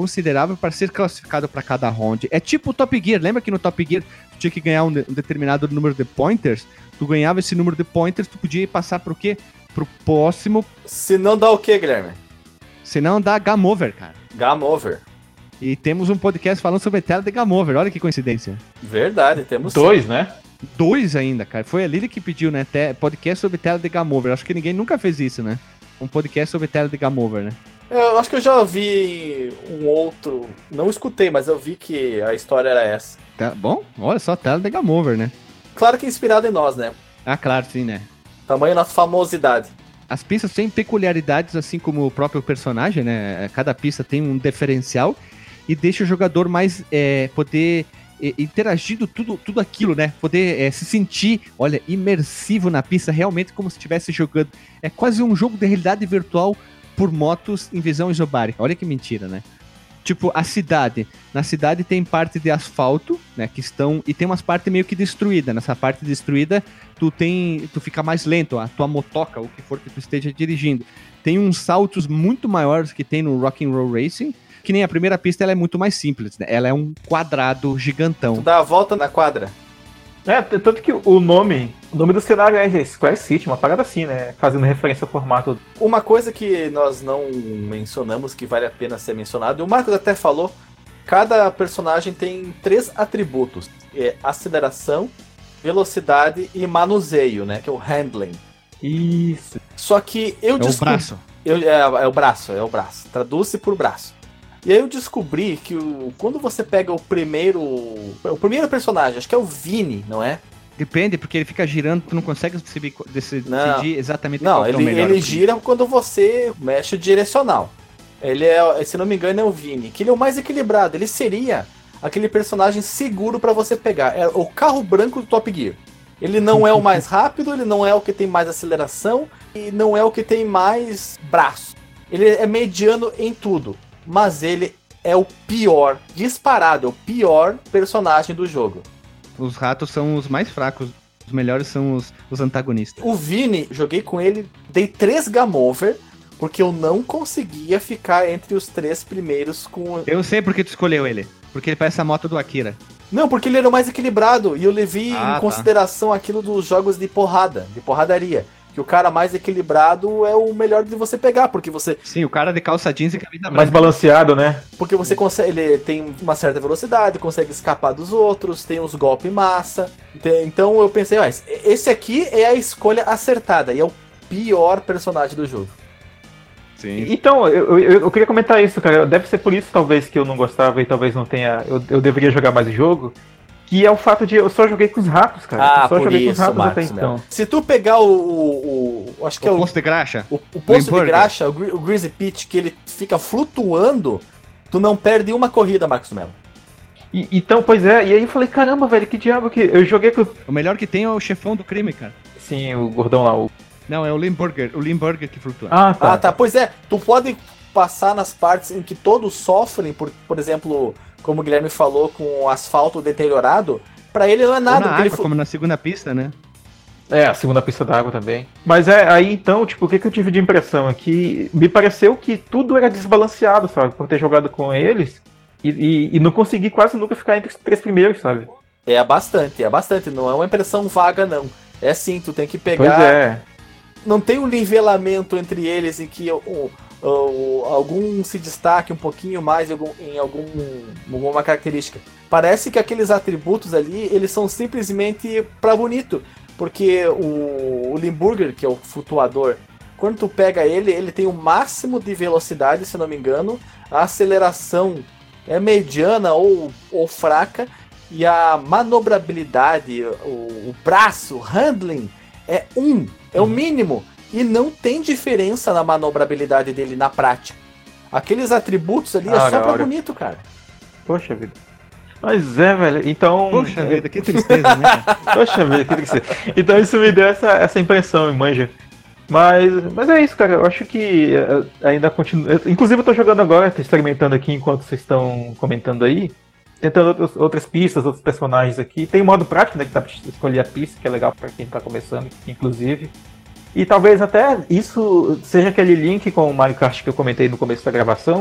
considerável para ser classificado para cada round. É tipo o Top Gear. Lembra que no Top Gear tu tinha que ganhar um determinado número de pointers? Tu ganhava esse número de pointers, tu podia passar pro quê? Pro próximo. Se não dá o quê, Guilherme? Se não dá Game Over, cara. Game Over. E temos um podcast falando sobre tela de Game Over. Olha que coincidência. Verdade, temos 2, né? 2 ainda, cara. Foi a Lili que pediu, né? Podcast sobre tela de Game Over. Acho que ninguém nunca fez isso, né? Um podcast sobre tela de Game Over, né? Eu acho que eu já ouvi um outro. Não escutei, mas eu vi que a história era essa. Tá bom? Olha só, tela de Game Over, né? Claro que inspirado em nós, né? Ah, claro, sim, né? Tamanho nossa famosidade. As pistas têm peculiaridades, assim como o próprio personagem, né? Cada pista tem um diferencial e deixa o jogador mais poder interagindo tudo aquilo, né? Poder se sentir, olha, imersivo na pista, realmente como se estivesse jogando. É quase um jogo de realidade virtual por motos em visão isobárica. Olha que mentira, né? Tipo, a cidade. Na cidade tem parte de asfalto, né? Que estão. E tem umas partes meio que destruídas. Nessa parte destruída, tu fica mais lento, a tua motoca, o que for que tu esteja dirigindo. Tem uns saltos muito maiores que tem no Rock'n'Roll Racing. Que nem a primeira pista, ela é muito mais simples, né? Ela é um quadrado gigantão. Tu dá a volta na quadra. Tanto que o nome do cenário é Square City, uma parada assim, né? Fazendo referência ao formato. Uma coisa que nós não mencionamos, que vale a pena ser mencionado, e o Marcos até falou, cada personagem tem 3 atributos. Aceleração, velocidade e manuseio, né? Que é o handling. Isso. Só que eu descobri... O braço. É o braço. Traduz-se por braço. E aí eu descobri que quando você pega o primeiro personagem, acho que é o Vini, não é? Depende, porque ele fica girando, tu não consegue decidir exatamente qual é o melhor. Ele gira quando você mexe o direcional. Ele se não me engano, é o Vini, que ele é o mais equilibrado. Ele seria aquele personagem seguro pra você pegar. É o carro branco do Top Gear. Ele não é o mais rápido, ele não é o que tem mais aceleração e não é o que tem mais braço. Ele é mediano em tudo. Mas ele é o pior, disparado, é o pior personagem do jogo. Os ratos são os mais fracos, os melhores são os antagonistas. O Vini, joguei com ele, dei 3 game over, porque eu não conseguia ficar entre os 3 primeiros com... Eu sei porque tu escolheu ele, porque ele parece a moto do Akira. Não, porque ele era o mais equilibrado, e eu levei em consideração aquilo dos jogos de porradaria. Que o cara mais equilibrado é o melhor de você pegar, porque você... Sim, o cara de calça jeans e camisa branca. Mais balanceado, né? Porque você consegue... Ele tem uma certa velocidade, consegue escapar dos outros, tem uns golpes massa. Então eu pensei, esse aqui é a escolha acertada, e é o pior personagem do jogo. Sim. Então, eu queria comentar isso, cara. Deve ser por isso, talvez, que eu não gostava e talvez não tenha... Eu deveria jogar mais o jogo. Que é o fato de eu só joguei com os ratos, cara. Eu só joguei com os ratos até então. Se tu pegar acho que é o posto de graxa. O posto de graxa, o Greasy Pit, que ele fica flutuando, tu não perde uma corrida, Marcos Mello. Então, pois é, e aí eu falei, caramba, velho, que diabo que... Eu joguei com... O melhor que tem é o chefão do crime, cara. Sim, o gordão lá, Não, é o Limburger que flutua. Ah, tá. Pois é, tu pode passar nas partes em que todos sofrem, por exemplo... Como o Guilherme falou, com o asfalto deteriorado, pra ele não é nada. Ou na água, como na segunda pista, né? A segunda pista d'água também. Mas aí então, tipo, o que eu tive de impressão aqui? Me pareceu que tudo era desbalanceado, sabe? Por ter jogado com eles e não consegui quase nunca ficar entre os 3 primeiros, sabe? É bastante. Não é uma impressão vaga, não. É sim, tu tem que pegar... Pois é. Não tem um nivelamento entre eles em que... algum se destaque um pouquinho mais em alguma característica. Parece que aqueles atributos ali, eles são simplesmente pra bonito, porque o Limburger, que é o flutuador, quando tu pega ele tem o máximo de velocidade, se não me engano, a aceleração é mediana ou fraca, e a manobrabilidade, o braço, o handling, é o mínimo. E não tem diferença na manobrabilidade dele na prática. Aqueles atributos ali é só pra bonito, cara. Poxa vida. Mas velho, então... Poxa vida, que tristeza, né? Poxa vida, que tristeza. Então isso me deu essa impressão, manja. Mas é isso, cara. Eu acho que ainda continua... Inclusive eu tô jogando agora, tô experimentando aqui enquanto vocês estão comentando aí. Tentando outras pistas, outros personagens aqui. Tem o modo prático, né, que dá pra escolher a pista, que é legal pra quem tá começando, inclusive. E talvez até isso seja aquele link com o Mario Kart que eu comentei no começo da gravação,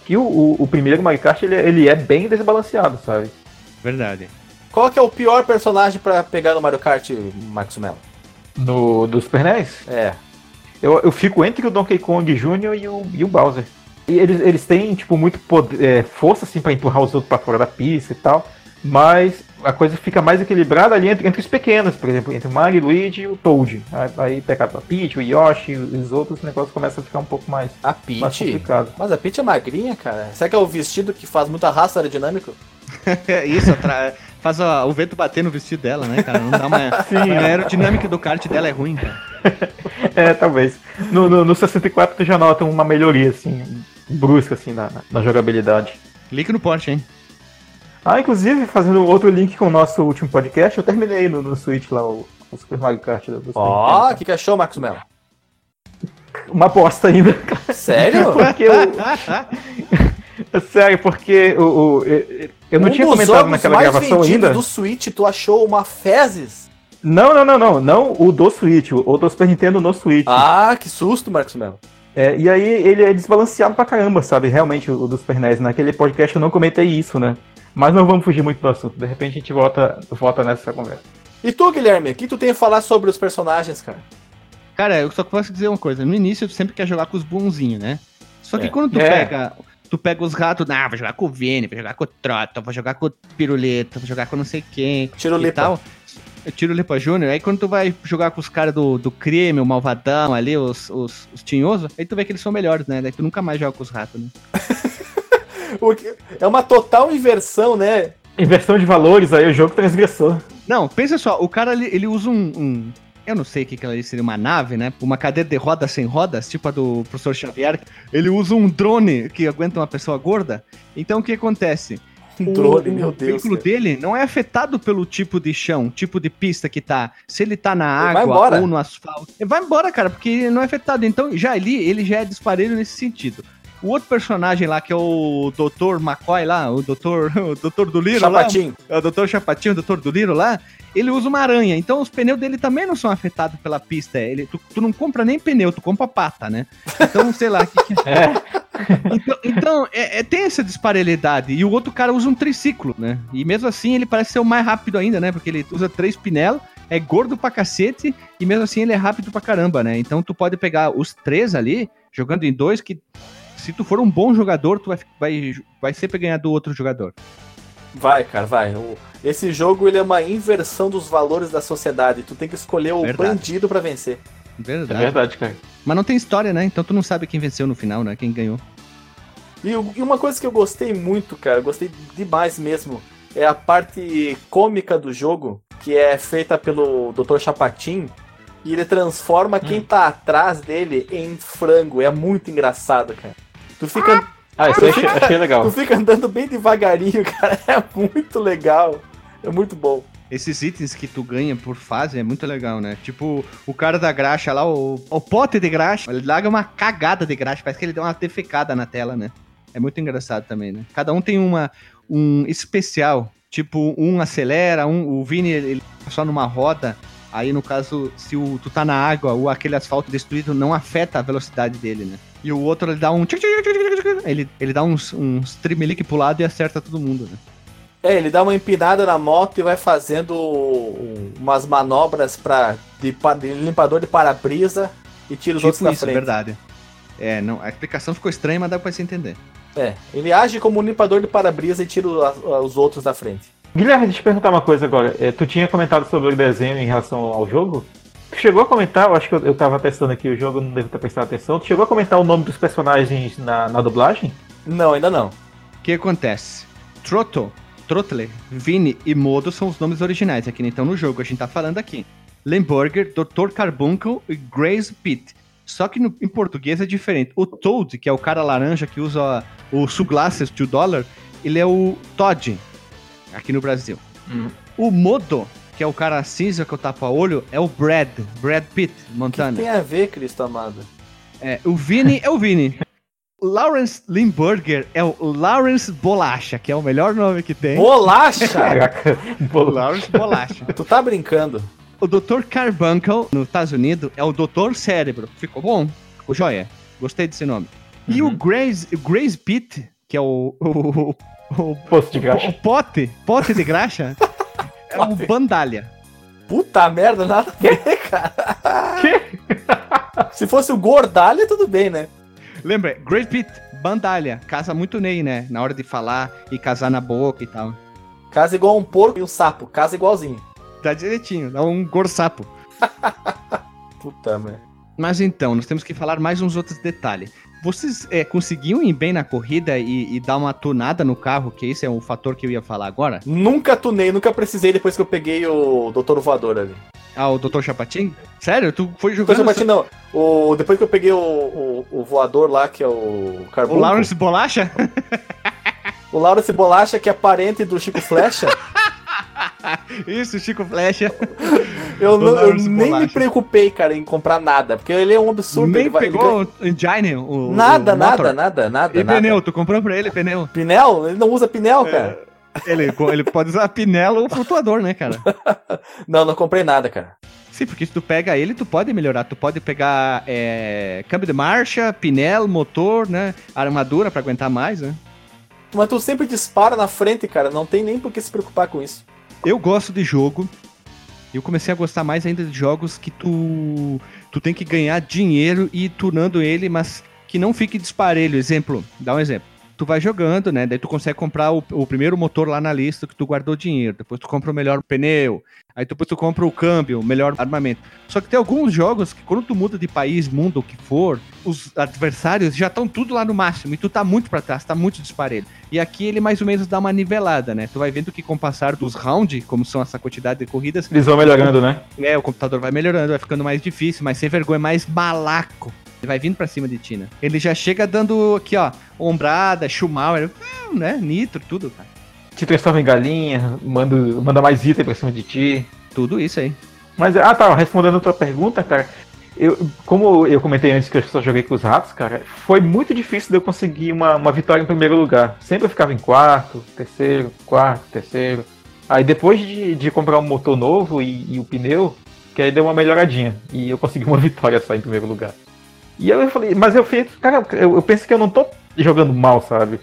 que o primeiro Mario Kart ele é bem desbalanceado, sabe? Verdade. Qual que é o pior personagem pra pegar no Mario Kart, Marcos Mello? Do Super NES? É. Eu fico entre o Donkey Kong Jr. e o Bowser. E eles têm, tipo, muito poder, força, assim, pra empurrar os outros pra fora da pista e tal. Mas a coisa fica mais equilibrada ali entre os pequenos, por exemplo, entre o Mario, o Luigi e o Toad. Aí pega a Peach, o Yoshi e os outros, o negócio começa a ficar um pouco mais A Peach? mais complicado. Mas a Peach é magrinha, cara. Será que é o vestido que faz muita raça aerodinâmico? Isso, faz o vento bater no vestido dela, né, cara? Não dá uma... Sim. A aerodinâmica do kart dela é ruim, cara. Talvez. No 64 tu já nota uma melhoria, assim, brusca, assim, na jogabilidade. Clique no Porsche, hein? Inclusive, fazendo outro link com o nosso último podcast, eu terminei no Switch lá o Super Mario Kart. Ó, o que achou, Marcos Mello? Uma aposta ainda. Sério? Porque Sério, porque eu não tinha comentado naquela gravação ainda. Do Switch, tu achou uma fezes? Não o do Switch, o do Super Nintendo no Switch. Ah, que susto, Marcos Mello. E aí ele é desbalanceado pra caramba, sabe? Realmente, o do Super NES. Naquele podcast eu não comentei isso, né? Mas não vamos fugir muito do assunto. De repente a gente volta nessa conversa. E tu, Guilherme, o que tu tem a falar sobre os personagens, cara? Cara, eu só posso dizer uma coisa. No início, tu sempre quer jogar com os bonzinhos, né? Só que quando tu pega os ratos, vai jogar com o Vini, vai jogar com o Trota, vai jogar com o Piruleta, vai jogar com não sei quem. Tirulipa. E tal. Tirulipa Júnior. Aí quando tu vai jogar com os caras do crime, o malvadão ali, os tinhosos, aí tu vê que eles são melhores, né? Daí tu nunca mais joga com os ratos, né? É uma total inversão, né? Inversão de valores, aí o jogo transgressor. Não, pensa só, o cara ele usa eu não sei o que ali seria, uma nave, né? Uma cadeira de rodas sem rodas, tipo a do professor Xavier. Ele usa um drone que aguenta uma pessoa gorda. Então o que acontece? Drone, meu Deus. O veículo dele não é afetado pelo tipo de chão, tipo de pista que tá. Se ele tá na Ele água ou no asfalto. Ele vai embora, cara, porque ele não é afetado. Então ele já é disparelho nesse sentido. O outro personagem lá, que é o Dr. McCoy lá, o Dr. Dolittle Chapatinho. lá. É o Dr. Chapatinho, o Dr. Dolittle lá. Ele usa uma aranha, então os pneus dele também não são afetados pela pista. Tu não compra nem pneu, tu compra pata, né? Então, sei lá. Então, tem essa disparidade. E o outro cara usa um triciclo, né? E mesmo assim ele parece ser o mais rápido ainda, né? Porque ele usa 3 pinelos, é gordo pra cacete, e mesmo assim ele é rápido pra caramba, né? Então tu pode pegar os 3 ali, jogando em 2, que se tu for um bom jogador, tu vai sempre ganhar do outro jogador. Vai, cara, vai. Esse jogo ele é uma inversão dos valores da sociedade. Tu tem que escolher o bandido pra vencer. Verdade. É verdade, cara. Mas não tem história, né? Então tu não sabe quem venceu no final, né? Quem ganhou. E uma coisa que eu gostei muito, cara, gostei demais mesmo, é a parte cômica do jogo, que é feita pelo Dr. Chapatin, e ele transforma quem tá atrás dele em frango. É muito engraçado, cara. Tu fica... isso eu achei legal. Tu fica andando bem devagarinho, cara. É muito legal. É muito bom. Esses itens que tu ganha por fase é muito legal, né? Tipo, o cara da graxa lá, o pote de graxa, ele larga uma cagada de graxa, parece que ele deu uma defecada na tela, né? É muito engraçado também, né? Cada um tem um especial. Tipo, um acelera, o Vini, ele só numa roda. Aí, no caso, se tu tá na água ou aquele asfalto destruído, não afeta a velocidade dele, né? E o outro, ele dá um... Ele dá uns trimelique pro lado e acerta todo mundo, né? Ele dá uma empinada na moto e vai fazendo umas manobras de limpador de para-brisa e tira os outros da frente. Verdade. Não, a explicação ficou estranha, mas dá pra você entender. Ele age como um limpador de para-brisa e tira os outros da frente. Guilherme, deixa eu te perguntar uma coisa agora. Tu tinha comentado sobre o desenho em relação ao jogo? Tu chegou a comentar, eu acho que eu tava testando aqui o jogo, não devo ter prestado atenção. Tu chegou a comentar o nome dos personagens na dublagem? Não, ainda não. O que acontece? Trotler, Vini e Modo são os nomes originais, aqui então no jogo, a gente tá falando aqui. Limburger, Dr. Carbuncle e Grace Pitt. Só que em português é diferente. O Toad, que é o cara laranja que usa o Sunglasses $2, ele é o Todd, aqui no Brasil. O Modo, que é o cara cinza que eu tapa olho, é o Brad Pitt, Montana. O que tem a ver, Cristo amado? O Vini é o Vini. Lawrence Limburger é o Lawrence Bolacha, que é o melhor nome que tem. Bolacha? Caraca, Lawrence Bolacha. Tu tá brincando. O Dr. Carbuncle, nos Estados Unidos, é o Dr. Cérebro. Ficou bom? Ficou joia. Gostei desse nome. E o Grace Pitt, que é o Posto de graxa. o pote de graxa, é o Bandalha. Puta merda, nada a ver, cara. Se fosse o Gordalha, tudo bem, né? Lembra, Great Pit, Bandalha, casa muito Ney, né? Na hora de falar e casar na boca e tal. Casa igual um porco e um sapo, casa igualzinho. Tá direitinho, dá um gorsapo. Puta merda. Mas então, nós temos que falar mais uns outros detalhes. Vocês conseguiam ir bem na corrida e dar uma tunada no carro, que esse é um fator que eu ia falar agora? Nunca tunei, nunca precisei depois que eu peguei o Doutor Voador ali. Ah, o Dr. Chapatin? Sério? Tu foi Depois jogando... não. Depois que eu peguei o voador lá, que é o Carbunco. O Lawrence Bolacha? O Lawrence Bolacha, que é parente do Chico Flecha. Isso, Chico Flecha. Eu Lawrence nem me Bolacha. preocupei, cara, em comprar nada. Porque ele é um absurdo. Nem ele vai- pegou ele o Engine, o Nada, motor. nada. E pneu, tu comprou pra ele pneu. Pinel? Ele não usa pinel, cara. Ele pode usar pinelo ou flutuador, né, cara? Não comprei nada, cara. Sim, porque se tu pega ele, tu pode melhorar. Tu pode pegar câmbio de marcha, pinelo, motor, né? Armadura pra aguentar mais, né? Mas tu sempre dispara na frente, cara. Não tem nem por que se preocupar com isso. Eu gosto de jogo. Eu comecei a gostar mais ainda de jogos que tu tem que ganhar dinheiro e ir tunando ele, mas que não fique disparelho. Exemplo, dá um exemplo. Tu vai jogando, né? Daí tu consegue comprar o primeiro motor lá na lista que tu guardou dinheiro. Depois tu compra o melhor pneu. Aí depois tu compra o câmbio, o melhor armamento. Só que tem alguns jogos que quando tu muda de país, mundo, o que for, os adversários já estão tudo lá no máximo. E tu tá muito pra trás, tá muito disparelho. E aqui ele mais ou menos dá uma nivelada, né? Tu vai vendo que com o passar dos rounds, como são essa quantidade de corridas, Eles vão melhorando, né? o computador vai melhorando, vai ficando mais difícil, mais sem vergonha, mais malaco. Ele vai vindo pra cima de ti, né? Ele já chega dando aqui, ó, ombrada, Schumacher, né? Nitro, tudo, cara. Te transforma em galinha, manda mais item pra cima de ti. Tudo isso aí. Mas, respondendo a tua pergunta, cara, como eu comentei antes que eu só joguei com os ratos, cara, foi muito difícil de eu conseguir uma vitória em primeiro lugar. Sempre eu ficava em quarto, terceiro. Aí depois de comprar um motor novo e o pneu, que aí deu uma melhoradinha. E eu consegui uma vitória só em primeiro lugar. E eu falei, mas eu penso que eu não tô jogando mal, sabe?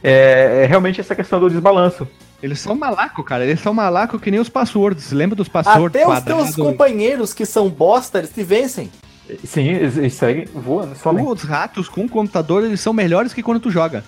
É realmente essa questão do desbalanço. Eles são malaco, cara. Eles são malaco que nem os passwords. Lembra dos passwords Até os teus companheiros que são bosta, eles te vencem. Sim, eles seguem voando somente. Os ratos com o computador, eles são melhores que quando tu joga.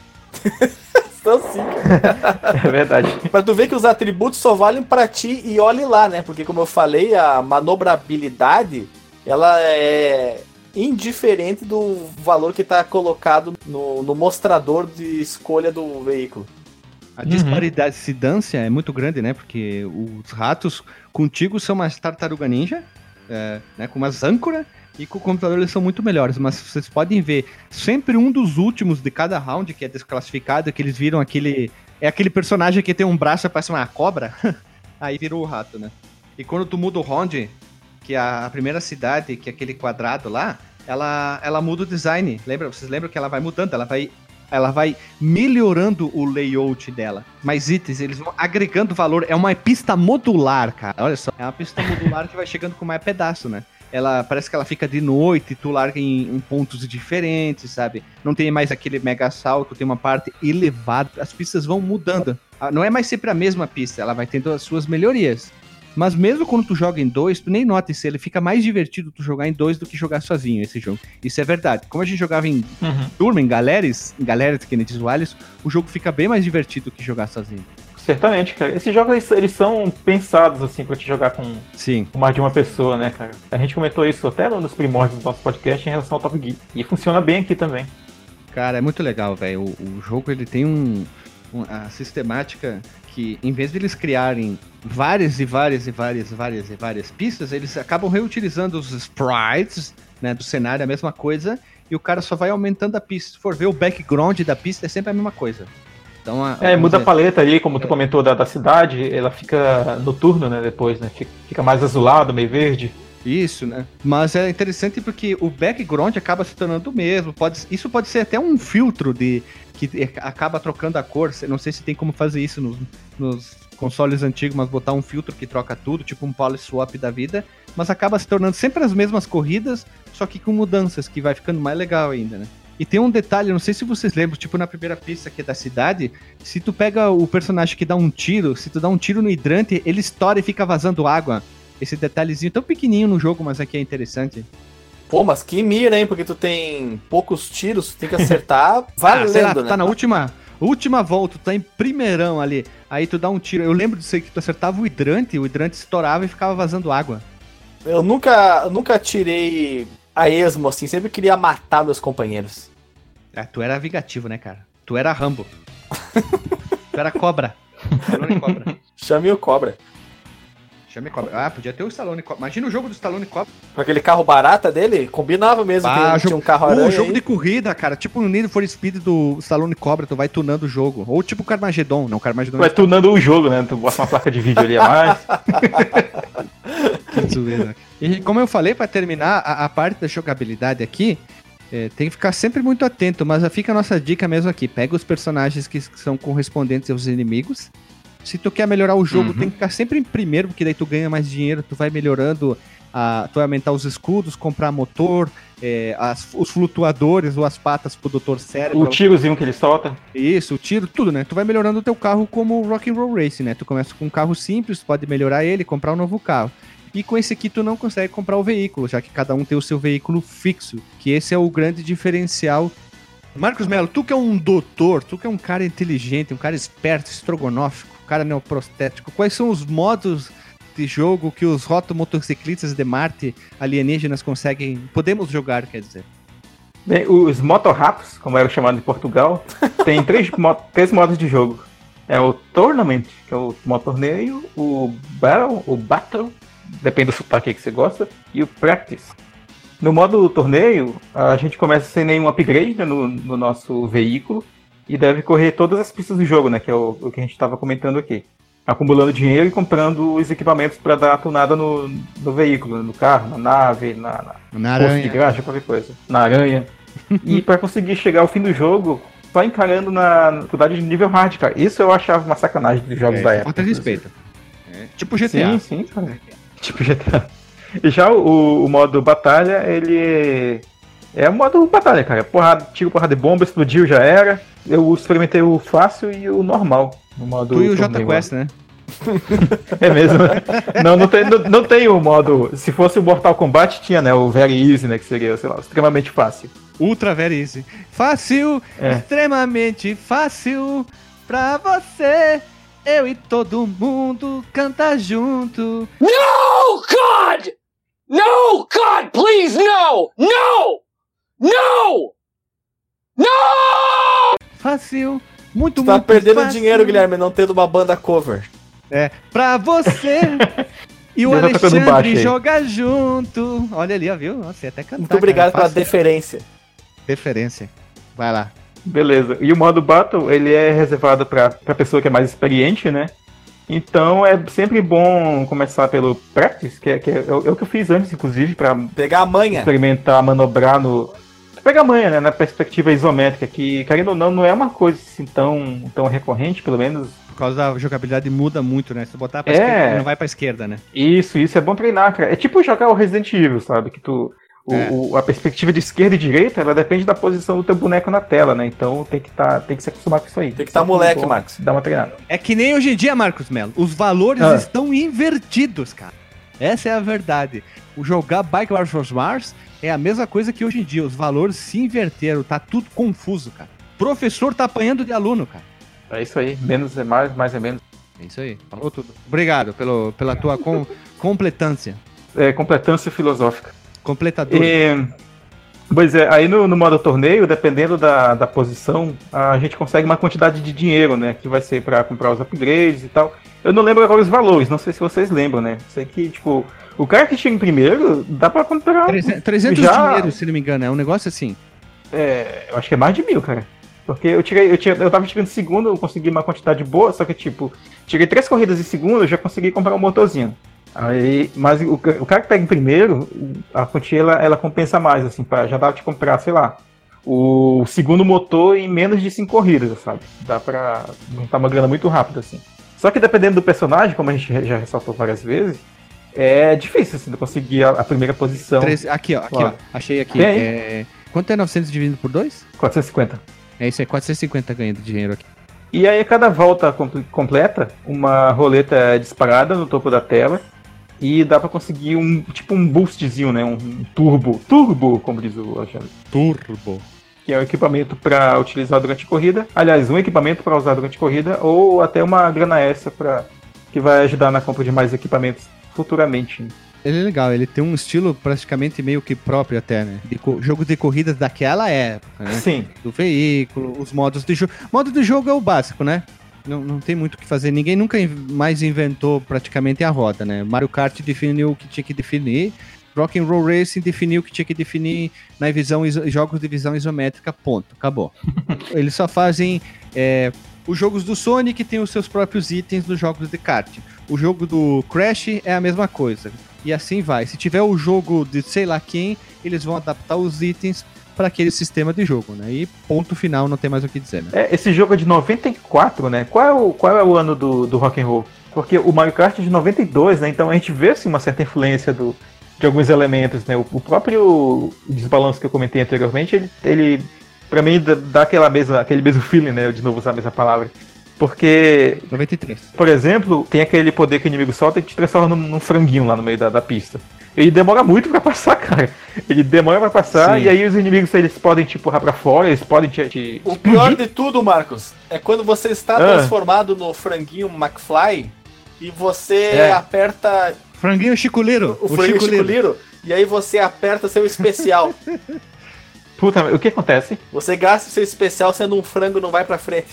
Então sim, cara. É verdade. Pra tu ver que os atributos só valem pra ti e olhe lá, né? Porque como eu falei, a manobrabilidade, ela é indiferente do valor que tá colocado no mostrador de escolha do veículo. A disparidade é muito grande, né? Porque os ratos contigo são umas tartaruga ninja, né? Com umas âncoras, e com o computador eles são muito melhores. Mas vocês podem ver, sempre um dos últimos de cada round que é desclassificado, que eles viram aquele personagem que tem um braço e parece uma cobra, aí virou o rato, né? E quando tu muda o round, que é a primeira cidade, que é aquele quadrado lá, ela muda o design. Vocês lembram que ela vai mudando, ela vai melhorando o layout dela. Mais itens, eles vão agregando valor. É uma pista modular, cara. Olha só. É uma pista modular que vai chegando com mais pedaço, né? Parece que ela fica de noite, tu larga em pontos diferentes, sabe? Não tem mais aquele mega salto, tem uma parte elevada. As pistas vão mudando. Não é mais sempre a mesma pista, ela vai tendo as suas melhorias. Mas mesmo quando tu joga em dois, tu nem nota isso, ele fica mais divertido tu jogar em dois do que jogar sozinho esse jogo. Isso é verdade. Como a gente jogava em turma, em galeras que nem diz o Alice, o jogo fica bem mais divertido que jogar sozinho. Certamente, cara. Esses jogos, eles são pensados, assim, pra te jogar com mais de uma pessoa, né, cara? A gente comentou isso até nos primórdios do nosso podcast em relação ao Top Gear. E funciona bem aqui também. Cara, é muito legal, velho. O jogo, ele tem a sistemática que, em vez de eles criarem várias pistas, eles acabam reutilizando os sprites, né, do cenário, a mesma coisa, e o cara só vai aumentando a pista. Se for ver o background da pista, é sempre a mesma coisa. Então, muda a paleta ali, como tu comentou, da cidade, ela fica noturna, né, depois, né, fica mais azulado, meio verde. Isso, né? Mas é interessante porque o background acaba se tornando o mesmo. Isso pode ser até um filtro que acaba trocando a cor. Não sei se tem como fazer isso nos consoles antigos, mas botar um filtro que troca tudo, tipo um polish swap da vida. Mas acaba se tornando sempre as mesmas corridas, só que com mudanças, que vai ficando mais legal ainda, né? E tem um detalhe, não sei se vocês lembram, tipo na primeira pista aqui da cidade, se tu pega o personagem que dá um tiro, se tu dá um tiro no hidrante, ele estoura e fica vazando água. Esse detalhezinho tão pequenininho no jogo, mas aqui é interessante. Pô, mas que mira, hein? Porque tu tem poucos tiros, tu tem que acertar valendo, sei lá, tu né? tá na última volta, tu tá em primeirão ali, aí tu dá um tiro. Eu lembro disso aí que tu acertava o hidrante estourava e ficava vazando água. Eu nunca tirei a esmo, assim, sempre queria matar meus companheiros. Tu era vingativo, né, cara? Tu era Rambo. Tu era cobra. Stallone Cobra. Chame o Cobra. Chame Cobra. Podia ter o Stallone Cobra. Imagina o jogo do Stallone Cobra. Com aquele carro barata dele, combinava mesmo que tinha um carro aranha. O jogo aí. de corrida, cara, tipo o Need for Speed do Stallone Cobra, tu vai tunando o jogo. Ou tipo o Carmageddon. Não, o Carmageddon Vai tunando o jogo, né? Tu bota uma placa de vídeo ali a mais. Que zoeira. E como eu falei, pra terminar, a parte da jogabilidade aqui, tem que ficar sempre muito atento, mas fica a nossa dica mesmo aqui. Pega os personagens que são correspondentes aos inimigos. Se tu quer melhorar o jogo, tem que ficar sempre em primeiro, porque daí tu ganha mais dinheiro, tu vai melhorando, tu vai aumentar os escudos, comprar motor, os flutuadores ou as patas pro Dr. Cérebro. O tirozinho que ele solta. Isso, o tiro, tudo, né? Tu vai melhorando o teu carro como o Rock'n'Roll Racing, né? Tu começa com um carro simples, tu pode melhorar ele, comprar um novo carro. E com esse aqui tu não consegue comprar o veículo, já que cada um tem o seu veículo fixo, que esse é o grande diferencial. Marcos Melo, tu que é um doutor, tu que é um cara inteligente, um cara esperto, estrogonófico, um cara neoprostético, quais são os modos de jogo que os rotomotociclistas de Marte alienígenas podemos jogar, quer dizer? Bem, os motorraps, como era chamado em Portugal, tem três modos de jogo. É o Tournament, que é o modo torneio, o Battle, depende do sotaque que você gosta, e o Practice. No modo torneio, a gente começa sem nenhum upgrade, né, no nosso veículo e deve correr todas as pistas do jogo, né, que é o que a gente estava comentando aqui. Acumulando dinheiro e comprando os equipamentos para dar a tunada no veículo, no carro, na nave, na aranha. De graxa, qualquer coisa. Na aranha. E para conseguir chegar ao fim do jogo, só encarando na dificuldade de nível hard, cara. Isso eu achava uma sacanagem dos jogos da época. Falta respeito. Tipo GTA. Sim, cara. Tipo GTA. E já o modo batalha, ele é o modo batalha, cara. Tiro porrada de bomba, explodiu, já era. Eu experimentei o fácil e o normal. No modo tu e o J-Quest, né? É mesmo. Não tem o modo... Se fosse o Mortal Kombat, tinha, né? O Very Easy, né? Que seria, sei lá, extremamente fácil. Ultra Very Easy. Fácil, extremamente fácil pra você. Eu e todo mundo canta junto. No, God! No, God, please, no! No! No! No! Fácil, muito, Tu tá muito perdendo fácil. dinheiro, Guilherme, não tendo uma banda cover. Pra você e o Eu tô tocando baixo Alexandre aí. joga junto. Olha ali, ó, viu? Nossa, ia até cantar. Muito obrigado cara. pela deferência. Deferência. Vai lá. Beleza. E o modo Battle, ele é reservado pra pessoa que é mais experiente, né? Então é sempre bom começar pelo Practice, que é o que eu fiz antes, inclusive, pra Pegar a manha. experimentar, manobrar Pegar a manha, né? Na perspectiva isométrica, que, querendo ou não é uma coisa assim tão recorrente, pelo menos. Por causa da jogabilidade muda muito, né? Se tu botar pra esquerda, ele não vai pra esquerda, né? Isso é bom treinar, cara. É tipo jogar o Resident Evil, sabe? Que a perspectiva de esquerda e direita, ela depende da posição do teu boneco na tela, né? Então tem que se acostumar com isso aí. Tem que estar moleque, Marcos. Dá uma treinada. É que nem hoje em dia, Marcos Melo. Os valores estão invertidos, cara. Essa é a verdade. O jogar Bike Wars vs Mars é a mesma coisa que hoje em dia. Os valores se inverteram, tá tudo confuso, cara. Professor tá apanhando de aluno, cara. É isso aí. Menos é mais é menos. É isso aí. Falou tudo. Obrigado pela tua completância. Completância filosófica. Completador. Pois é, aí no modo torneio, dependendo da posição, a gente consegue uma quantidade de dinheiro, né? Que vai ser pra comprar os upgrades e tal. Eu não lembro agora os valores, não sei se vocês lembram, né? Sei que, tipo, o cara que chega em primeiro, dá pra comprar... 300 dinheiro, se não me engano, é um negócio assim. Eu acho que é mais de 1.000, cara. Porque eu tava tirando segundo, eu consegui uma quantidade boa, só que, tipo, tirei 3 corridas em segundo, eu já consegui comprar um motorzinho. Mas o cara que pega em primeiro, a quantia ela compensa mais, assim, já dá de comprar, sei lá, o segundo motor em menos de 5 corridas, sabe? Dá pra juntar uma grana muito rápido, assim. Só que dependendo do personagem, como a gente já ressaltou várias vezes, é difícil, assim, de conseguir a primeira posição. Aqui, ó, achei aqui. Quanto é 900 dividido por 2? 450. É isso aí, 450 ganha de dinheiro aqui. E aí, a cada volta completa, uma roleta é disparada no topo da tela e dá pra conseguir um boostzinho, né? Um turbo, como diz o Alexandre. Turbo. Que é um equipamento para utilizar durante a corrida. Aliás, um equipamento para usar durante a corrida ou até uma grana extra que vai ajudar na compra de mais equipamentos futuramente. Ele é legal, ele tem um estilo praticamente meio que próprio até, né? Jogo de corridas daquela época, né? Sim. Do veículo, os modos de jogo. Modo de jogo é o básico, né? Não tem muito o que fazer. Ninguém nunca mais inventou praticamente a roda, né? Mario Kart definiu o que tinha que definir. Rock'n'Roll Racing definiu o que tinha que definir na jogos de visão isométrica, ponto. Acabou. Eles só fazem... os jogos do Sonic têm os seus próprios itens nos jogos de kart. O jogo do Crash é a mesma coisa. E assim vai. Se tiver o jogo de sei lá quem, eles vão adaptar os itens para aquele sistema de jogo, né? E ponto final, não tem mais o que dizer, né? Esse jogo é de 94, né? Qual é o ano do Rock'n'Roll? Porque o Mario Kart é de 92, né? Então a gente vê assim, uma certa influência de alguns elementos, né? O próprio desbalanço que eu comentei anteriormente, ele pra mim dá aquele mesmo feeling, né? Eu de novo usar a mesma palavra. Porque, 93. Por exemplo, tem aquele poder que o inimigo solta e te transforma num franguinho lá no meio da pista. Ele demora muito pra passar, cara. Ele demora pra passar. Sim. E aí os inimigos, eles podem te empurrar pra fora, eles podem te O pior de tudo, Marcos, é quando você está transformado no franguinho McFly e você aperta... Franguinho Chico-Liro. O franguinho Chico-Liro. E aí você aperta seu especial. Puta, o que acontece? Você gasta o seu especial sendo um frango, não vai pra frente.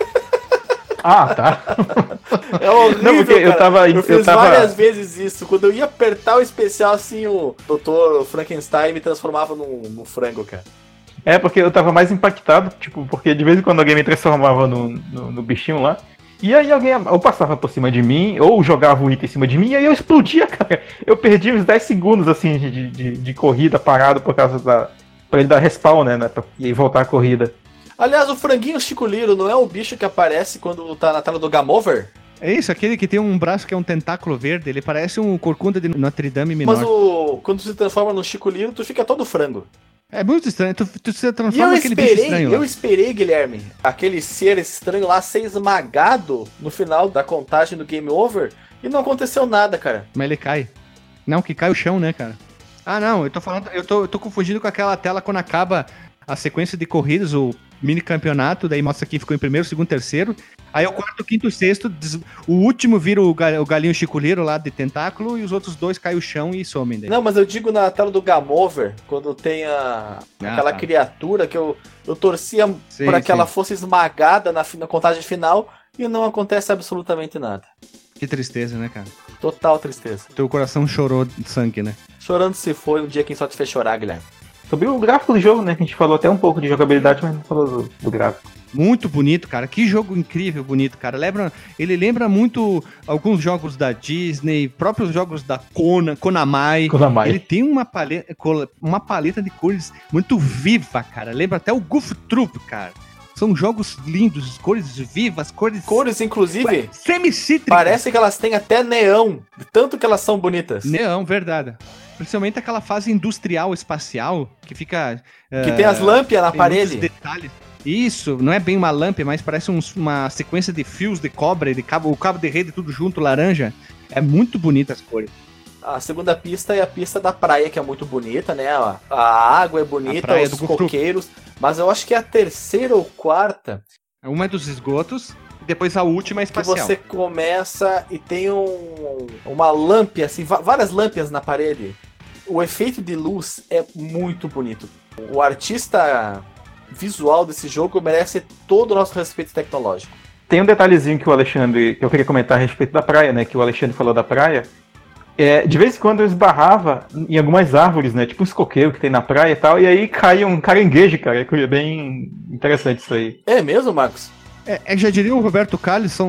Ah, tá. É horrível, não, porque cara. Eu fiz várias vezes isso. Quando eu ia apertar o especial, assim, o Dr. Frankenstein me transformava num frango, cara. Porque eu tava mais impactado, porque de vez em quando alguém me transformava no bichinho lá, e aí alguém ou passava por cima de mim, ou jogava um item em cima de mim, e aí eu explodia, cara. Eu perdi uns 10 segundos, assim, de corrida parado por causa pra ele dar respawn, né, e voltar a corrida. Aliás, o franguinho Chico-Liro não é o bicho que aparece quando tá na tela do Game Over? É isso, aquele que tem um braço que é um tentáculo verde, ele parece um corcunda de Notre Dame menor. Mas quando se transforma no Chico-Liro, tu fica todo frango. É muito estranho, tu se transforma naquele bicho estranho. Eu esperei, Guilherme, aquele ser estranho lá ser esmagado no final da contagem do Game Over e não aconteceu nada, cara. Mas ele cai. Não, que cai o chão, né, cara? Ah, não, eu tô confundindo com aquela tela quando acaba a sequência de corridas, o mini campeonato, daí mostra que ficou em primeiro, segundo, terceiro. Aí o quarto, quinto, sexto, o último vira o galinho Chico-Liro lá de tentáculo e os outros dois caem o chão e somem daí. Não, mas eu digo na tela do Game Over, quando tem aquela criatura que eu torcia para que ela fosse esmagada na contagem final e não acontece absolutamente nada. Que tristeza, né, cara? Total tristeza. Teu coração chorou de sangue, né? Chorando se foi um dia quem só te fez chorar, Guilherme. Sobre o gráfico do jogo, né? Que a gente falou até um pouco de jogabilidade, mas não falou do gráfico. Muito bonito, cara. Que jogo incrível, bonito, cara. Ele lembra muito alguns jogos da Disney, próprios jogos da Konami. Ele tem uma paleta de cores muito viva, cara. Lembra até o Goof Troop, cara. São jogos lindos, cores vivas, cores inclusive, semicítricas. Parece que elas têm até neão, de tanto que elas são bonitas. Neão, verdade. Principalmente aquela fase industrial espacial, que fica... que tem as lâmpadas na parede. Detalhes. Isso, não é bem uma lâmpada, mas parece uma sequência de fios de cobre, o cabo de rede tudo junto, laranja. É muito bonita as cores. A segunda pista é a pista da praia, que é muito bonita, né? A água é bonita, os coqueiros. Mas eu acho que é a terceira ou quarta. Uma é dos esgotos, e depois a última é espacial. Que você começa e tem uma lâmpada, assim, várias lâmpadas na parede. O efeito de luz é muito bonito. O artista visual desse jogo merece todo o nosso respeito tecnológico. Tem um detalhezinho que eu queria comentar a respeito da praia, né? Que o Alexandre falou da praia. De vez em quando eu esbarrava em algumas árvores, né? Tipo uns coqueiros que tem na praia e tal, e aí cai um caranguejo, cara. É bem interessante isso aí. É mesmo, Marcos? Já diria o Roberto Carlos,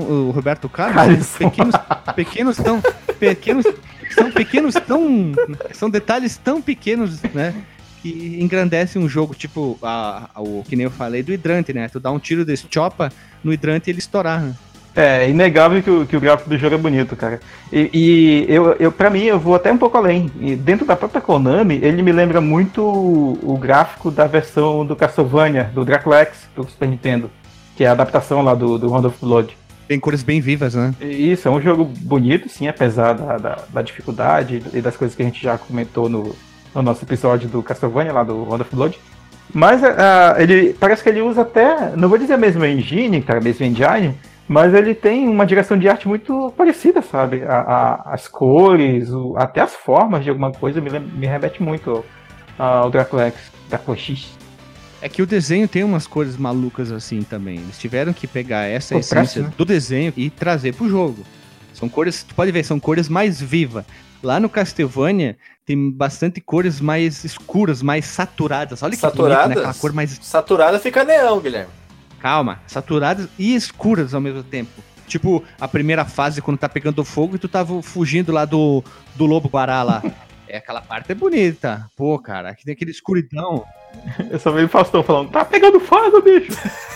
são detalhes tão pequenos, né? Que engrandecem um jogo, tipo, que nem eu falei do hidrante, né? Tu dá um tiro desse chopa no hidrante e ele estourar, né? É inegável que o gráfico do jogo é bonito, cara. E pra mim, eu vou até um pouco além. E dentro da própria Konami, ele me lembra muito o gráfico da versão do Castlevania, do Draculax, do Super Nintendo, que é a adaptação lá do Round of Blood. Tem cores bem vivas, né? Isso, é um jogo bonito, sim, apesar da dificuldade e das coisas que a gente já comentou no nosso episódio do Castlevania, lá do Round of Blood. Mas ele parece que ele usa até, não vou dizer a mesma engine, cara, mesma engine, mas ele tem uma direção de arte muito parecida, sabe? As cores, até as formas de alguma coisa me remete muito ao Draculax. É que o desenho tem umas cores malucas assim também. Eles tiveram que pegar essa essência do desenho e trazer pro jogo. São cores, tu pode ver, são cores mais vivas. Lá no Castlevania tem bastante cores mais escuras, mais saturadas. Olha que bonito, né? Aquela cor mais... Saturada fica neão, Guilherme. Calma, saturadas e escuras ao mesmo tempo. Tipo, a primeira fase quando tá pegando fogo e tu tava fugindo lá do Lobo Guará lá. Aquela parte é bonita. Pô, cara, aqui tem aquele escuridão. Eu só vejo o Faustão falando, tá pegando fogo, bicho!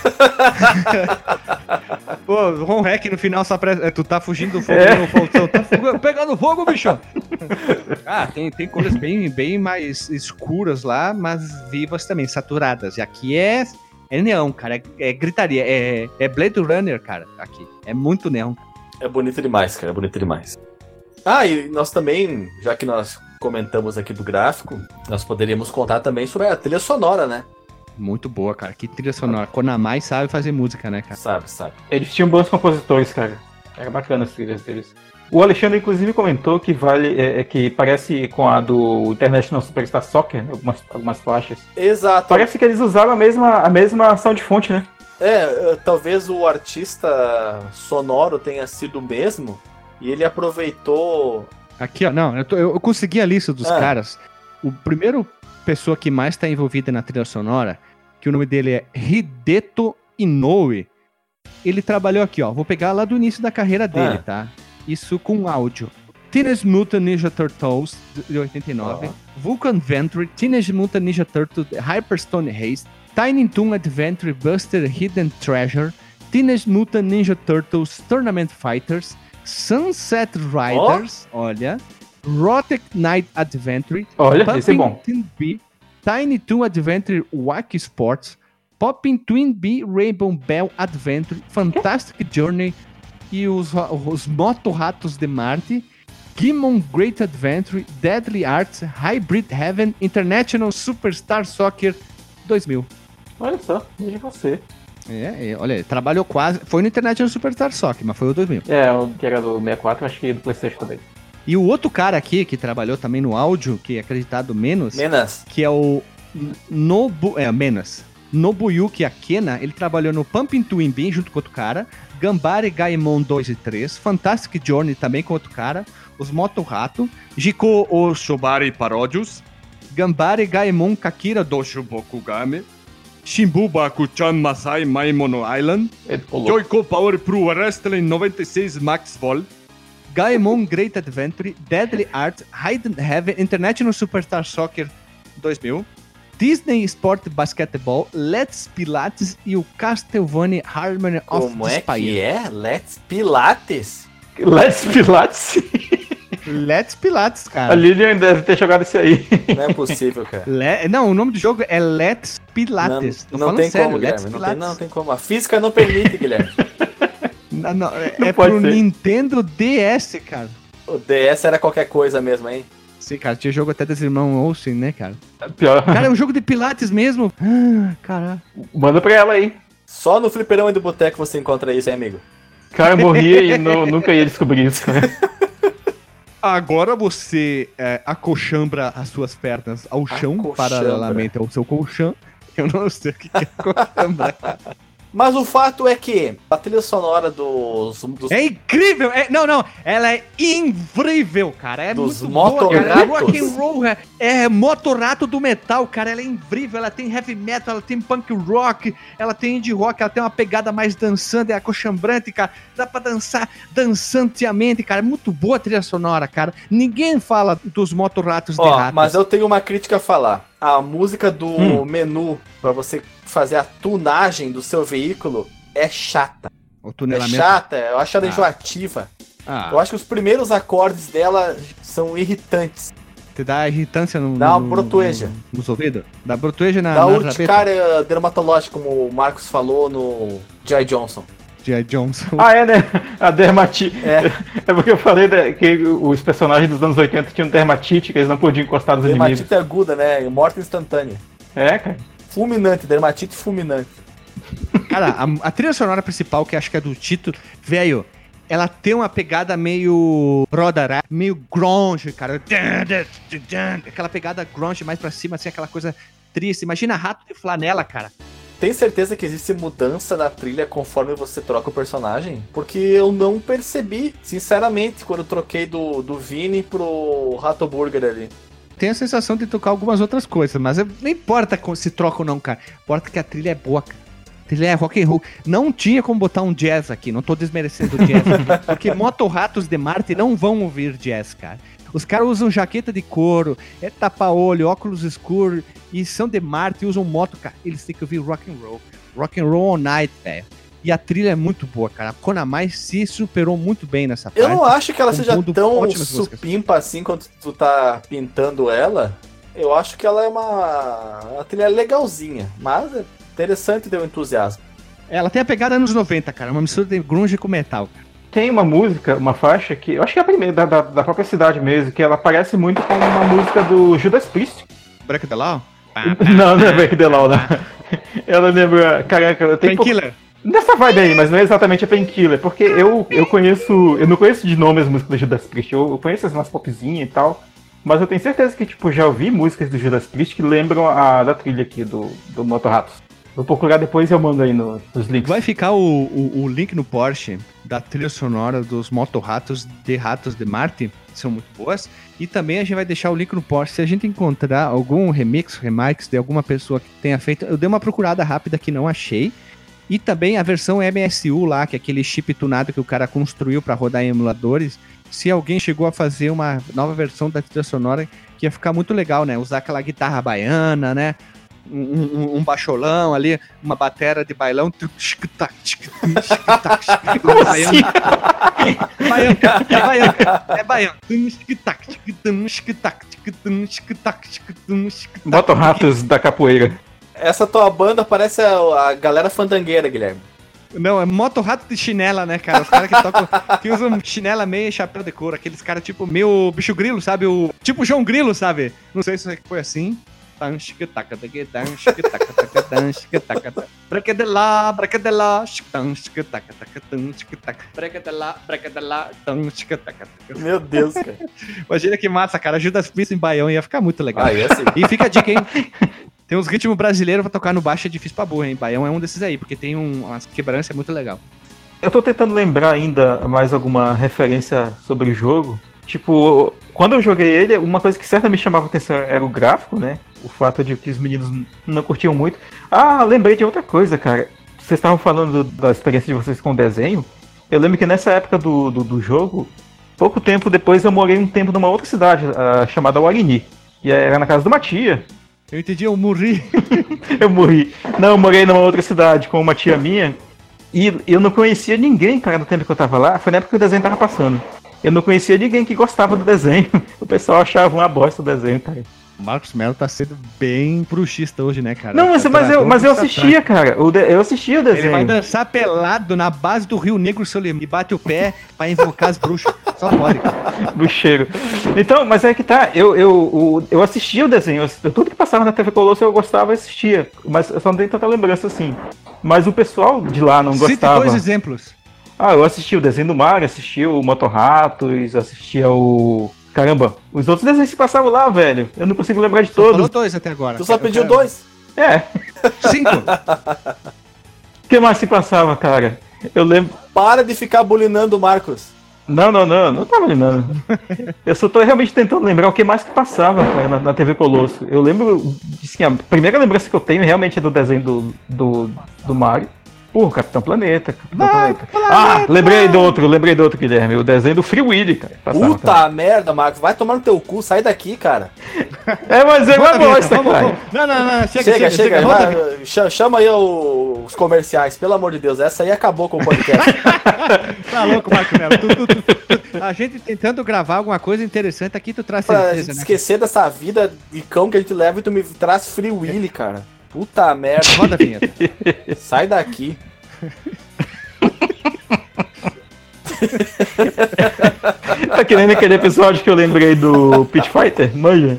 Pô, o Ron Hack no final só tu tá fugindo do fogo no Faustão. Tá pegando fogo, bicho! Tem cores bem mais escuras lá, mas vivas também, saturadas. E aqui é neon, cara. É gritaria. É Blade Runner, cara, aqui. É muito neon. É bonito demais, cara. É bonito demais. E nós também, já que nós comentamos aqui do gráfico, nós poderíamos contar também sobre a trilha sonora, né? Muito boa, cara. Que trilha sonora. Konami sabe fazer música, né, cara? Sabe. Eles tinham bons compositores, cara. Era bacana as trilhas deles. O Alexandre, inclusive, comentou que que parece com a do International Superstar Soccer, algumas faixas. Exato. Parece que eles usaram a mesma sound-fonte, né? Talvez o artista sonoro tenha sido o mesmo e ele aproveitou... Aqui, ó, não, eu consegui a lista dos caras. O primeiro pessoa que mais tá envolvida na trilha sonora, que o nome dele é Hideto Inoue, ele trabalhou aqui, ó, vou pegar lá do início da carreira dele, tá? Isso com áudio. Teenage Mutant Ninja Turtles, de 89, Vulcan Venture, Teenage Mutant Ninja Turtles, Hyperstone Haste, Tiny Toon Adventure Buster Hidden Treasure, Teenage Mutant Ninja Turtles Tournament Fighters, Sunset Riders, olha, Rotic Knight Adventure, esse é bom. B, Tiny Toon Adventure Wacky Sports, Poppin' Twin B Rainbow Bell Adventure, Fantastic Journey e os Moto-Ratos de Marte, Gimon Great Adventure, Deadly Arts, Hybrid Heaven, International Superstar Soccer 2000. Olha só, veja você. Olha, trabalhou quase. Foi no International Superstar Soccer, mas foi o 2000. O que era do 64, acho que do PlayStation também. E o outro cara aqui que trabalhou também no áudio, que é acreditado menos, que é o Nobuyuki Akena, ele trabalhou no Pumping Twin Bean junto com outro cara, Gambare Gaimon 2 e 3, Fantastic Journey também com outro cara, os Moto-Rato, Jiko Oshobari Parodius, Gambare Gaimon Kakira Doshu Bokugame, Shimbuba Kuchan Masai Maimono Island, Joico Power Pro Wrestling 96 Max Vol, Gaimon Great Adventure, Deadly Art, Hidden Heaven, International Superstar Soccer 2000, Disney Sport Basketball, Let's Pilates e o Castlevania Harmony of Como the é Spire. que é? Let's Pilates? Let's Pilates? Let's Pilates, cara. A Lilian deve ter jogado isso aí. Não é possível, cara. Não, o nome do jogo é Let's Pilates. Não tem sério, como, Guilherme. Não tem como. A física não permite, Guilherme. Não pro ser. Nintendo DS, cara. O DS era qualquer coisa mesmo, hein? Sim, cara. Tinha jogo até dos irmãos Olsen, né, cara? Pior. Cara, é um jogo de Pilates mesmo. Caralho. Manda pra ela aí. Só no fliperão e do boteco você encontra isso, hein, amigo? Cara, eu morria e nunca ia descobrir isso, cara. Agora você acochambra as suas pernas ao chão, paralelamente ao seu colchão. Eu não sei o que é acochambrar. Mas o fato é que a trilha sonora dos... É incrível! Ela é incrível, cara. É dos muito boa, cara. Moto-Ratos. Rock and roll é Moto-Rato do metal, cara. Ela é incrível, ela tem heavy metal, ela tem punk rock, ela tem indie rock, ela tem uma pegada mais dançante, é acochambrante, cara. Dá pra dançar dançantemente, cara. É muito boa a trilha sonora, cara. Ninguém fala dos Moto-Ratos de ratos. Mas eu tenho uma crítica a falar. A música do menu, pra você fazer a tunagem do seu veículo, é chata. O É tunelamento. chata, eu acho ela enjoativa. Eu acho que os primeiros acordes dela são irritantes. Te dá irritância Dá uma brotueja. nos ouvidos? Dá brotueja na Dá rabeta? urticária dermatológica, como o Marcos falou no G.I. Johnson. G.I. Johnson. Ah, é, né? A dermatite. É. É porque eu falei que os personagens dos anos 80 tinham dermatite, que eles não podiam encostar nos inimigos. Dermatite aguda, né? Morte instantânea. É, cara. Fulminante, dermatite fulminante. Cara, a trilha sonora principal, que acho que é do título, velho, ela tem uma pegada meio rodará, meio grunge, cara. Aquela pegada grunge mais pra cima, assim, aquela coisa triste. Imagina Rato de Flanela, cara. Tem certeza que existe mudança na trilha conforme você troca o personagem? Porque eu não percebi, sinceramente, quando eu troquei do Vini pro Rato Burger ali. Tem a sensação de tocar algumas outras coisas, mas não importa se troca ou não, cara. Importa que a trilha é boa, cara. A trilha é rock and roll. Não tinha como botar um jazz aqui, não tô desmerecendo o jazz. Porque Motorratos de Marte não vão ouvir jazz, cara. Os caras usam jaqueta de couro, tapa-olho, óculos escuros, e são de Marte e usam moto, cara. Eles têm que ouvir rock and roll. Rock and roll all night, velho. E a trilha é muito boa, cara. A Konami se superou muito bem nessa parte. Eu não acho que ela seja compondo tão ótimas músicas. supimpa assim quando tu tá pintando ela. Eu acho que ela é uma trilha legalzinha, mas é interessante ter o entusiasmo. Ela tem a pegada anos 90, cara. Uma mistura de grunge com metal, cara. Tem uma música, uma faixa que eu acho que é a primeira, da própria cidade mesmo, que ela parece muito com uma música do Judas Priest. Break the Law? Não é Break the Law, não. Ela lembra. Caraca, eu tenho. Painkiller. Nessa vibe aí, mas não é exatamente a Painkiller, porque eu conheço. Eu não conheço de nome as músicas do Judas Priest, eu conheço umas popzinhas e tal. Mas eu tenho certeza que, tipo, já ouvi músicas do Judas Priest que lembram da trilha aqui do Motorratos. Vou procurar depois e eu mando aí nos links. Vai ficar o link no Porsche da trilha sonora dos Motorratos de Marte, são muito boas. E também a gente vai deixar o link no Porsche. Se a gente encontrar algum remix de alguma pessoa que tenha feito, eu dei uma procurada rápida que não achei. E também a versão MSU lá, que é aquele chip tunado que o cara construiu para rodar em emuladores. Se alguém chegou a fazer uma nova versão da trilha sonora, que ia ficar muito legal, né? Usar aquela guitarra baiana, né? Um baixolão ali, uma batera de bailão. Como assim? É baiano. Motorratos da capoeira. Essa tua banda parece a galera fandangueira, Guilherme. Não, é Motorrato de chinela, né, cara? Os caras que tocam, que usam chinela meia e chapéu de couro. Aqueles caras tipo meio bicho grilo, sabe? Tipo João Grilo, sabe? Não sei se foi assim. Breca de lá, Meu Deus, cara. imagina que massa, cara. Judas Priest em Baião ia ficar muito legal. Aí, assim. E fica a dica, hein? Tem uns ritmos brasileiros pra tocar no baixo, é difícil pra burra, hein? Baião é um desses aí, porque tem umas quebranças muito legal. Eu tô tentando lembrar ainda mais alguma referência sobre o jogo. Tipo, quando eu joguei ele, uma coisa que certamente chamava atenção era o gráfico, né? O fato de que os meninos não curtiam muito. Ah, lembrei de outra coisa, cara. Vocês estavam falando da experiência de vocês com o desenho. Eu lembro que nessa época do jogo, pouco tempo depois eu morei um tempo numa outra cidade, chamada Warini. E era na casa de uma tia. Eu entendi, eu morri. Eu morri. Não, eu morei numa outra cidade com uma tia minha. E eu não conhecia ninguém, cara, no tempo que eu tava lá. Foi na época que o desenho tava passando. Eu não conhecia ninguém que gostava do desenho. O pessoal achava uma bosta o desenho, cara. O Marcos Melo tá sendo bem bruxista hoje, né, cara? Não, mas eu assistia, cara. Eu assistia o desenho. Ele vai dançar pelado na base do Rio Negro Solimar e bate o pé pra invocar as bruxas. Só pode, cara. Bruxeiro. Então, mas é que tá. Eu assistia o desenho. Tudo que passava na TV Colosso eu gostava e assistia. Mas eu só não tenho tanta lembrança assim. Mas o pessoal de lá não Cite gostava. 2 exemplos. Eu assistia o desenho do Mario, assistia o Motorratos, assistia o... Caramba, os outros desenhos se passavam lá, velho. Eu não consigo lembrar de Só todos. falou 2 até agora. Tu só pediu 2? É. 5. O que mais se passava, cara? Eu lembro... Para de ficar bulinando o Marcos. Não tava lembrando. Eu só tô realmente tentando lembrar o que mais que passava, cara, na TV Colosso. Eu lembro, assim, a primeira lembrança que eu tenho realmente é do desenho do Mario. Pô, Capitão Planeta. Lembrei do outro, Guilherme. O desenho do Free Willy, cara. Puta merda, Marcos. Vai tomar no teu cu, sai daqui, cara. Mas é uma bosta, cara. Não. Chega. Chama aí os comerciais, pelo amor de Deus. Essa aí acabou com o podcast. Tá louco, Marco Melo. A gente tentando gravar alguma coisa interessante aqui, tu traz Pra certeza, né? esquecer dessa vida de cão que a gente leva e tu me traz Free Willy, cara. Puta merda. Roda a vinheta. Sai daqui. Tá querendo aquele episódio que eu lembrei do Pit Fighter? Manja.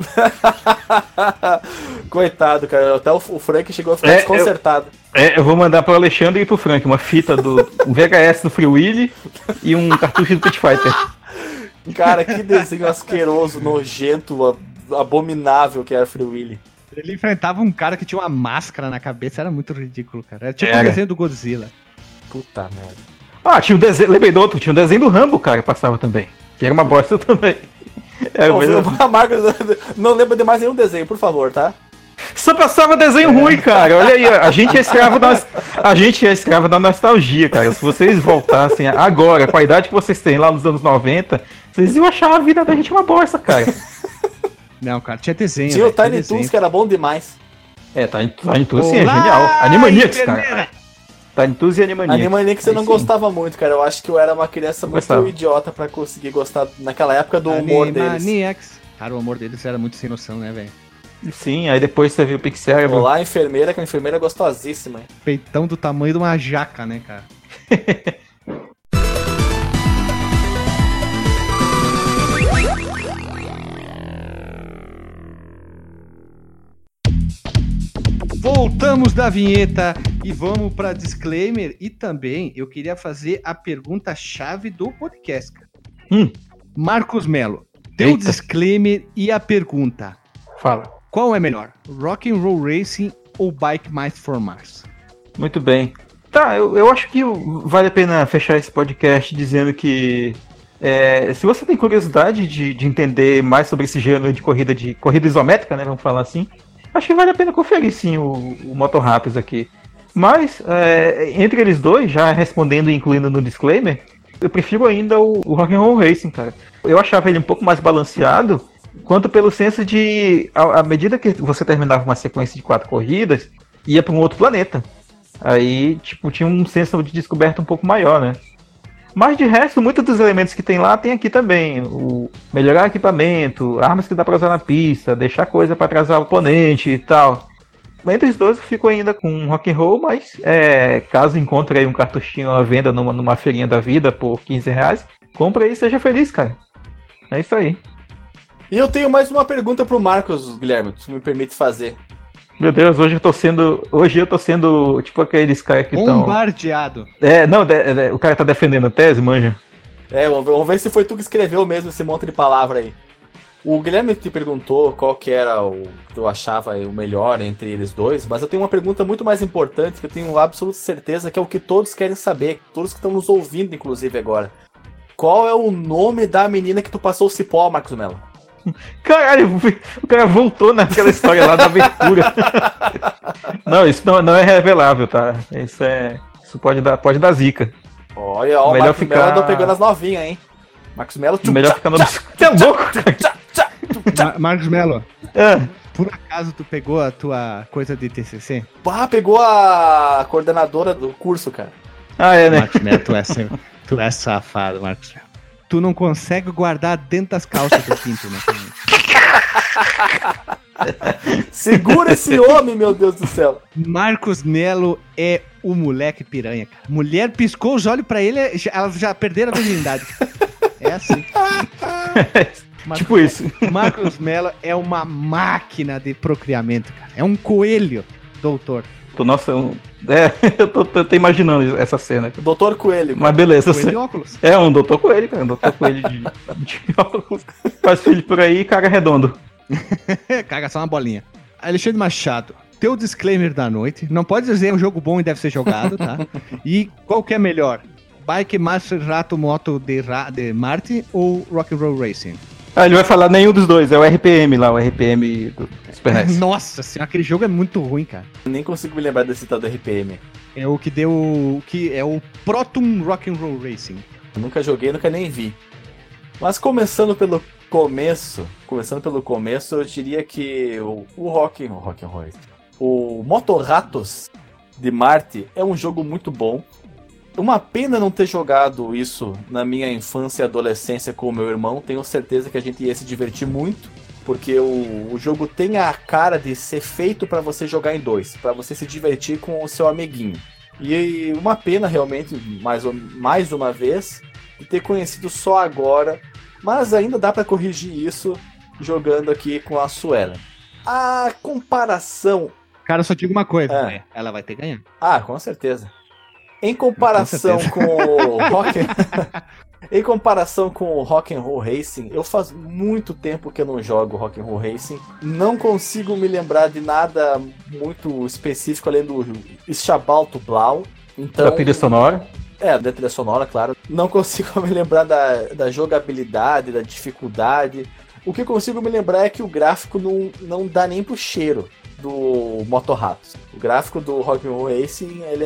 Coitado, cara. Até o Frank chegou a ficar desconcertado. Eu vou mandar pro Alexandre e pro Frank uma fita um VHS do Free Willy e um cartucho do Pit Fighter. Cara, que desenho asqueroso, nojento, abominável que era Free Willy. Ele enfrentava um cara que tinha uma máscara na cabeça, era muito ridículo, cara. Era tipo um desenho do Godzilla. Puta merda. Tinha um desenho, lembrei do outro, tinha um desenho do Rambo, cara, que passava também. Que era uma bosta também. A Marcos não lembra de mais nenhum desenho, por favor, tá? Só passava desenho ruim, cara. Olha aí, a gente é escravo da nostalgia, cara. Se vocês voltassem agora, com a idade que vocês têm lá nos anos 90, vocês iam achar a vida da gente uma bosta, cara. Não, cara, tinha desenho. Tinha o Tiny Toons, que era bom demais. Tiny Toons sim, é genial. Animaniacs, cara. Tiny Toons e Animaniacs. Animaniacs você não gostava muito, cara. Eu acho que eu era uma criança muito idiota pra conseguir gostar naquela época do humor deles. Animaniacs. Cara, o humor deles era muito sem noção, né, velho? Sim, aí depois você viu o Pixel. Olá, a enfermeira, que a enfermeira é gostosíssima, hein? Peitão do tamanho de uma jaca, né, cara? Voltamos da vinheta e vamos para disclaimer. E também eu queria fazer a pergunta-chave do podcast. Marcos Melo, teu disclaimer e a pergunta. Fala. Qual é melhor, Rock and Roll Racing ou Bike Might for Mars? Muito bem. Tá, eu acho que vale a pena fechar esse podcast dizendo que se você tem curiosidade de entender mais sobre esse gênero de corrida isométrica, né, vamos falar assim, acho que vale a pena conferir sim o Moto Rápidos aqui. Mas, entre eles dois, já respondendo e incluindo no disclaimer, eu prefiro ainda o Rock and Roll Racing, cara. Eu achava ele um pouco mais balanceado, quanto pelo senso de, à medida que você terminava uma sequência de 4 corridas, ia para um outro planeta. Aí, tipo, tinha um senso de descoberta um pouco maior, né? Mas de resto, muitos dos elementos que tem lá tem aqui também. O melhorar equipamento, armas que dá pra usar na pista, deixar coisa pra atrasar o oponente e tal. Entre os dois eu fico ainda com rock and roll, mas caso encontre aí um cartuchinho à venda numa feirinha da vida por R$15, compra aí e seja feliz, cara. É isso aí. E eu tenho mais uma pergunta pro Marcos, Guilherme, se me permite fazer. Meu Deus, hoje eu tô sendo tipo aqueles caras que estão... Bombardeado. O cara tá defendendo a tese, manja. Vamos ver se foi tu que escreveu mesmo esse monte de palavra aí. O Guilherme te perguntou qual que era o que eu achava o melhor entre eles dois, mas eu tenho uma pergunta muito mais importante que eu tenho absoluta certeza que é o que todos querem saber, todos que estão nos ouvindo, inclusive, agora. Qual é o nome da menina que tu passou o cipó, Marcos Melo? Caralho, o cara voltou naquela história lá da abertura. Não, isso não é revelável, tá? Isso pode dar zica. Olha, o Marcos Melo andou pegando as novinhas, hein? Marcos Melo... Melhor ficar no... Você é louco? Marcos Melo, por acaso tu pegou a tua coisa de TCC? Pegou a coordenadora do curso, cara. Né? Marcos Melo, tu é safado, Marcos Melo. Tu não consegue guardar dentro das calças do pinto, né? Segura esse homem, meu Deus do céu. Marcos Melo é o moleque piranha, cara. Mulher piscou os olhos pra ele, elas já perderam a virgindade. É assim. Tipo isso. Marcos Melo é uma máquina de procriamento, cara. É um coelho, doutor. Nossa, eu tô imaginando essa cena. Doutor Coelho. Cara. Mas beleza. Coelho de óculos. É um Doutor Coelho, cara. Um Doutor Coelho de óculos. Faz filho por aí e caga redondo. Caga só uma bolinha. Alexandre Machado, teu disclaimer da noite. Não pode dizer um jogo bom e deve ser jogado, tá? E qual que é melhor? Bike Master Rato Moto de Marte ou Rock and Roll Racing? Ah, ele vai falar nenhum dos dois, é o RPM lá, o RPM do Super NES. Nossa senhora, aquele jogo é muito ruim, cara. Eu nem consigo me lembrar desse tal do RPM. É o que deu. Que é o Proton Rock'n'Roll Racing. Eu nunca joguei, nunca nem vi. Mas começando pelo começo, eu diria que o Motorratos de Marte é um jogo muito bom. Uma pena não ter jogado isso na minha infância e adolescência com o meu irmão. Tenho certeza que a gente ia se divertir muito, porque o jogo tem a cara de ser feito para você jogar em dois, para você se divertir com o seu amiguinho. E uma pena realmente, mais uma vez, de ter conhecido só agora, mas ainda dá para corrigir isso jogando aqui com a Suelen. A comparação... Cara, eu só digo uma coisa, ela vai ter que ganhar. Ah, com certeza. Em comparação com o em comparação com o Rock'n'Roll Racing, eu faz muito tempo que eu não jogo Rock'n'Roll Racing. Não consigo me lembrar de nada muito específico além do Schabalto Blau. Então, Da trilha sonora. Da trilha sonora, claro. Não consigo me lembrar da jogabilidade, da dificuldade. O que eu consigo me lembrar é que o gráfico não dá nem pro cheiro do Motorratos. O gráfico do Rock'n'Roll Racing, ele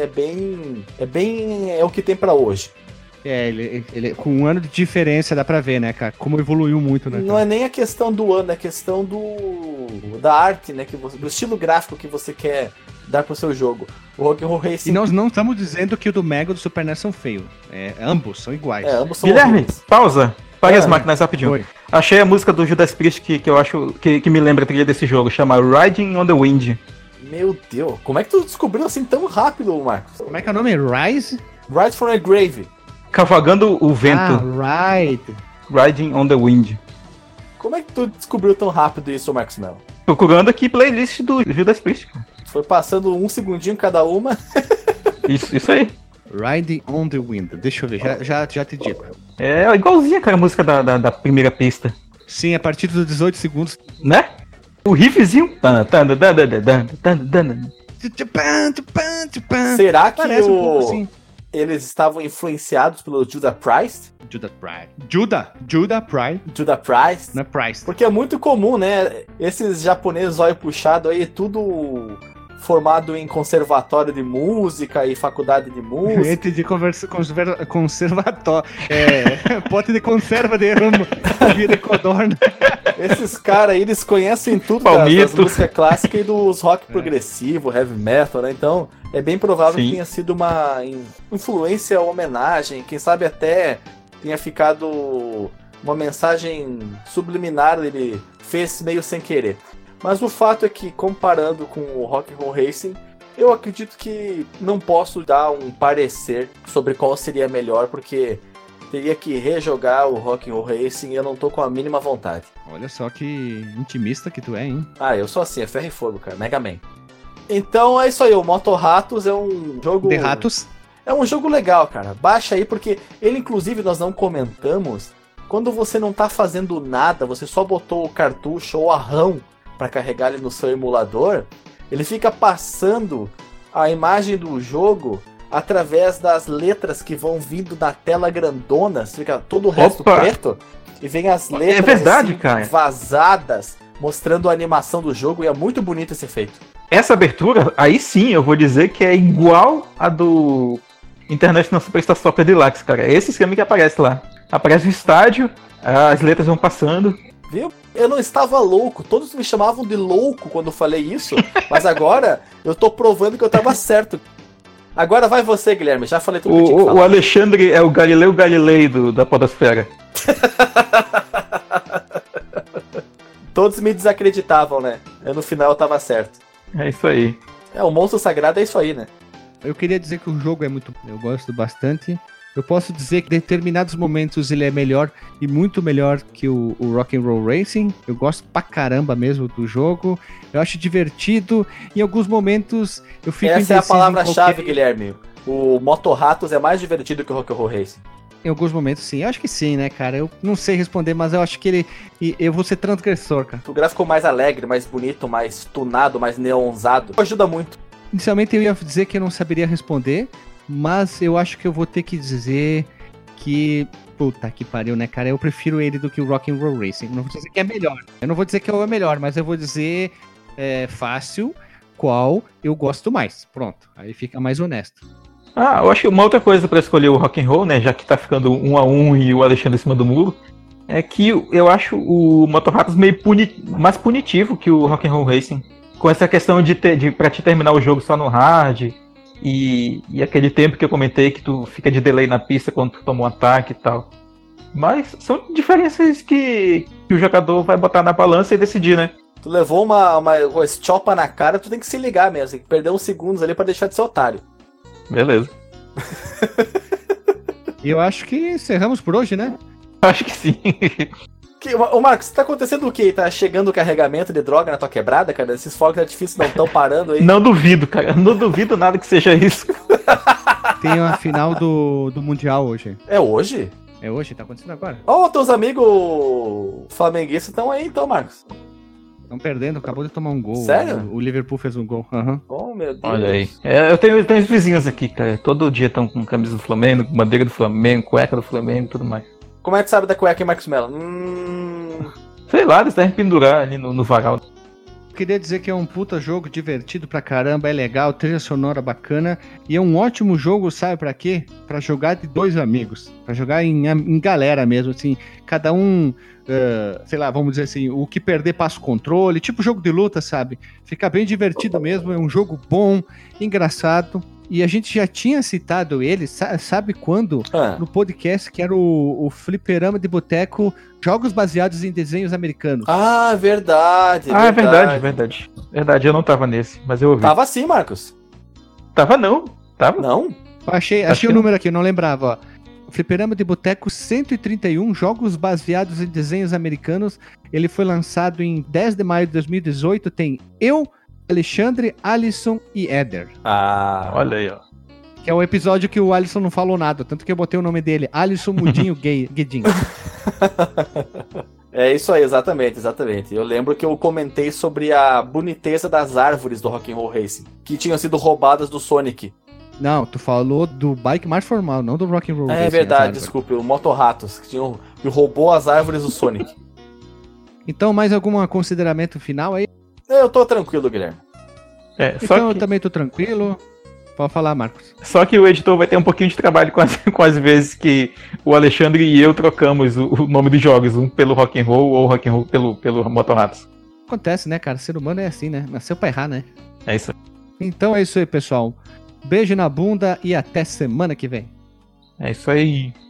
é o que tem pra hoje. Ele com um ano de diferença dá pra ver, né, cara? Como evoluiu muito, né? Não é nem a questão do ano, é a questão da arte, né? Do estilo gráfico que você quer dar pro seu jogo. O Rock'n'Roll Racing... E nós não estamos dizendo que o do Mega e do Super NES são feios. Ambos são iguais. Ambos são Guilherme, horríveis. pausa. Pague as máquinas rapidinho. Oi. Achei a música do Judas Priest que eu acho que me lembra a trilha desse jogo. Chama Riding on the Wind. Meu Deus, como é que tu descobriu assim tão rápido, Marcos? Como é que é o nome? Rise? Right from a Grave. Cavalgando o vento. Right. Riding on the Wind. Como é que tu descobriu tão rápido isso, Marcos Melo? Procurando aqui playlist do Judas Priest. Foi passando um segundinho cada uma. Isso aí. Riding on the Wind. Deixa eu ver, já te digo. É igualzinha, cara, a música da primeira pista. Sim, a partir dos 18 segundos. Né? O riffzinho. Será que Parece um pouco assim. eles estavam influenciados pelo Judas Priest? Judas Priest. Não é Priest. Porque é muito comum, né? Esses japoneses olho puxado aí, tudo formado em conservatório de música e faculdade de música. Gente de conservatório. Pote de conserva de de codorna. Esses caras aí, eles conhecem tudo das músicas clássicas e dos rock progressivo, heavy metal, né? Então, é bem provável que tenha sido uma influência, homenagem, quem sabe até tenha ficado uma mensagem subliminar, ele fez meio sem querer. Mas o fato é que, comparando com o Rock'n'Roll Racing, eu acredito que não posso dar um parecer sobre qual seria melhor, porque teria que rejogar o Rock'n'Roll Racing e eu não tô com a mínima vontade. Olha só que intimista que tu é, hein? Ah, eu sou assim, é ferro e fogo, cara, Mega Man. Então é isso aí, o Motorratos é um jogo... De ratos? É um jogo legal, cara. Baixa aí, porque ele, inclusive, nós não comentamos, quando você não tá fazendo nada, você só botou o cartucho ou a RAM para carregar ele no seu emulador, ele fica passando a imagem do jogo através das letras que vão vindo da tela grandona, fica todo o resto preto, e vem as letras verdade, cara, vazadas, mostrando a animação do jogo, e é muito bonito esse efeito. Essa abertura, aí sim, eu vou dizer que é igual a do International Superstar Soccer Deluxe, cara. É esse esquema que aparece lá. Aparece o estádio, as letras vão passando. Viu? Eu não estava louco, todos me chamavam de louco quando eu falei isso, mas agora eu tô provando que eu tava certo. Agora vai você, Guilherme, já falei tudo que eu tinha que falar. O Alexandre é o Galileu Galilei da podosfera. Todos me desacreditavam, né? Eu no final eu tava certo. É isso aí. O monstro sagrado é isso aí, né? Eu queria dizer que o jogo é muito... Eu gosto bastante. Eu posso dizer que em determinados momentos ele é melhor e muito melhor que o Rock'n'Roll Racing. Eu gosto pra caramba mesmo do jogo. Eu acho divertido. Em alguns momentos eu fico indeciso. Essa é a palavra-chave, Guilherme. O Motorratos é mais divertido que o Rock'n'Roll Racing. Em alguns momentos sim. Eu acho que sim, né, cara? Eu não sei responder, mas eu acho que ele... Eu vou ser transgressor, cara. O gráfico mais alegre, mais bonito, mais tunado, mais neonzado. Ajuda muito. Inicialmente eu ia dizer que eu não saberia responder, mas eu acho que eu vou ter que dizer que Puta que pariu, né, cara? Eu prefiro ele do que o Rock'n'Roll Racing. Não vou dizer que é melhor. Eu não vou dizer que é o melhor, mas eu vou dizer fácil qual eu gosto mais. Pronto. Aí fica mais honesto. Eu acho que uma outra coisa pra escolher o Rock'n'Roll, né, já que tá ficando 1-1 e o Alexandre em cima do muro, é que eu acho o Motorratos meio mais punitivo que o Rock'n'Roll Racing. Com essa questão pra te terminar o jogo só no hard, e aquele tempo que eu comentei que tu fica de delay na pista quando tu toma um ataque e tal. Mas são diferenças que o jogador vai botar na balança e decidir, né? Tu levou uma chopa na cara, tu tem que se ligar mesmo. Tem que perder uns segundos ali pra deixar de ser otário. Beleza. E eu acho que encerramos por hoje, né? Acho que sim. Ô Marcos, tá acontecendo o quê? Tá chegando o carregamento de droga na tua quebrada, cara? Esses fogos de artifício não estão parando aí? Não duvido, cara. Não duvido nada que seja isso. Tem a final do Mundial hoje. É hoje? É hoje? Tá acontecendo agora. Ó, teus amigos flamenguistas estão aí então, Marcos. Estão perdendo, acabou de tomar um gol. Sério? O Liverpool fez um gol. Uhum. Oh, meu Deus. Olha aí. Eu tenho os vizinhos aqui, cara. Todo dia estão com camisa do Flamengo, bandeira do Flamengo, cueca do Flamengo e tudo mais. Como é que sabe da cueca, hein, Marcos Mello? Sei lá, eles devem pendurar ali no varal. Queria dizer que é um puta jogo divertido pra caramba, é legal, trilha sonora bacana e é um ótimo jogo, sabe pra quê? Pra jogar de 2 amigos, pra jogar em galera mesmo, assim, cada um, sei lá, vamos dizer assim, o que perder passa o controle, tipo jogo de luta, sabe? Fica bem divertido mesmo, é um jogo bom, engraçado. E a gente já tinha citado ele, sabe quando? No podcast que era o Fliperama de Boteco, jogos baseados em desenhos americanos. Ah, verdade. É verdade. Verdade, eu não tava nesse, mas eu ouvi. Tava sim, Marcos. Tava não. Tava? Não? Achei o número aqui, não lembrava, ó. Fliperama de Boteco 131, jogos baseados em desenhos americanos. Ele foi lançado em 10 de maio de 2018, tem Alexandre, Alisson e Éder. Olha aí, ó. Que é o episódio que o Alisson não falou nada, tanto que eu botei o nome dele, Alisson Mudinho Guedinho. É isso aí, exatamente. Eu lembro que eu comentei sobre a boniteza das árvores do Rock'n'Roll Racing, que tinham sido roubadas do Sonic. Não, tu falou do bike mais formal, não do Rock'n'Roll Racing. É verdade, desculpe, o Motorratos, que roubou as árvores do Sonic. Então, mais algum consideramento final aí? Eu tô tranquilo, Guilherme. Então eu também tô tranquilo. Pode falar, Marcos. Só que o editor vai ter um pouquinho de trabalho com as vezes que o Alexandre e eu trocamos o nome dos jogos, um pelo Rock'n'Roll ou Rock'n'Roll pelo Motorratos. Acontece, né, cara? Ser humano é assim, né? Nasceu pra errar, né? É isso aí. Então é isso aí, pessoal. Beijo na bunda e até semana que vem. É isso aí.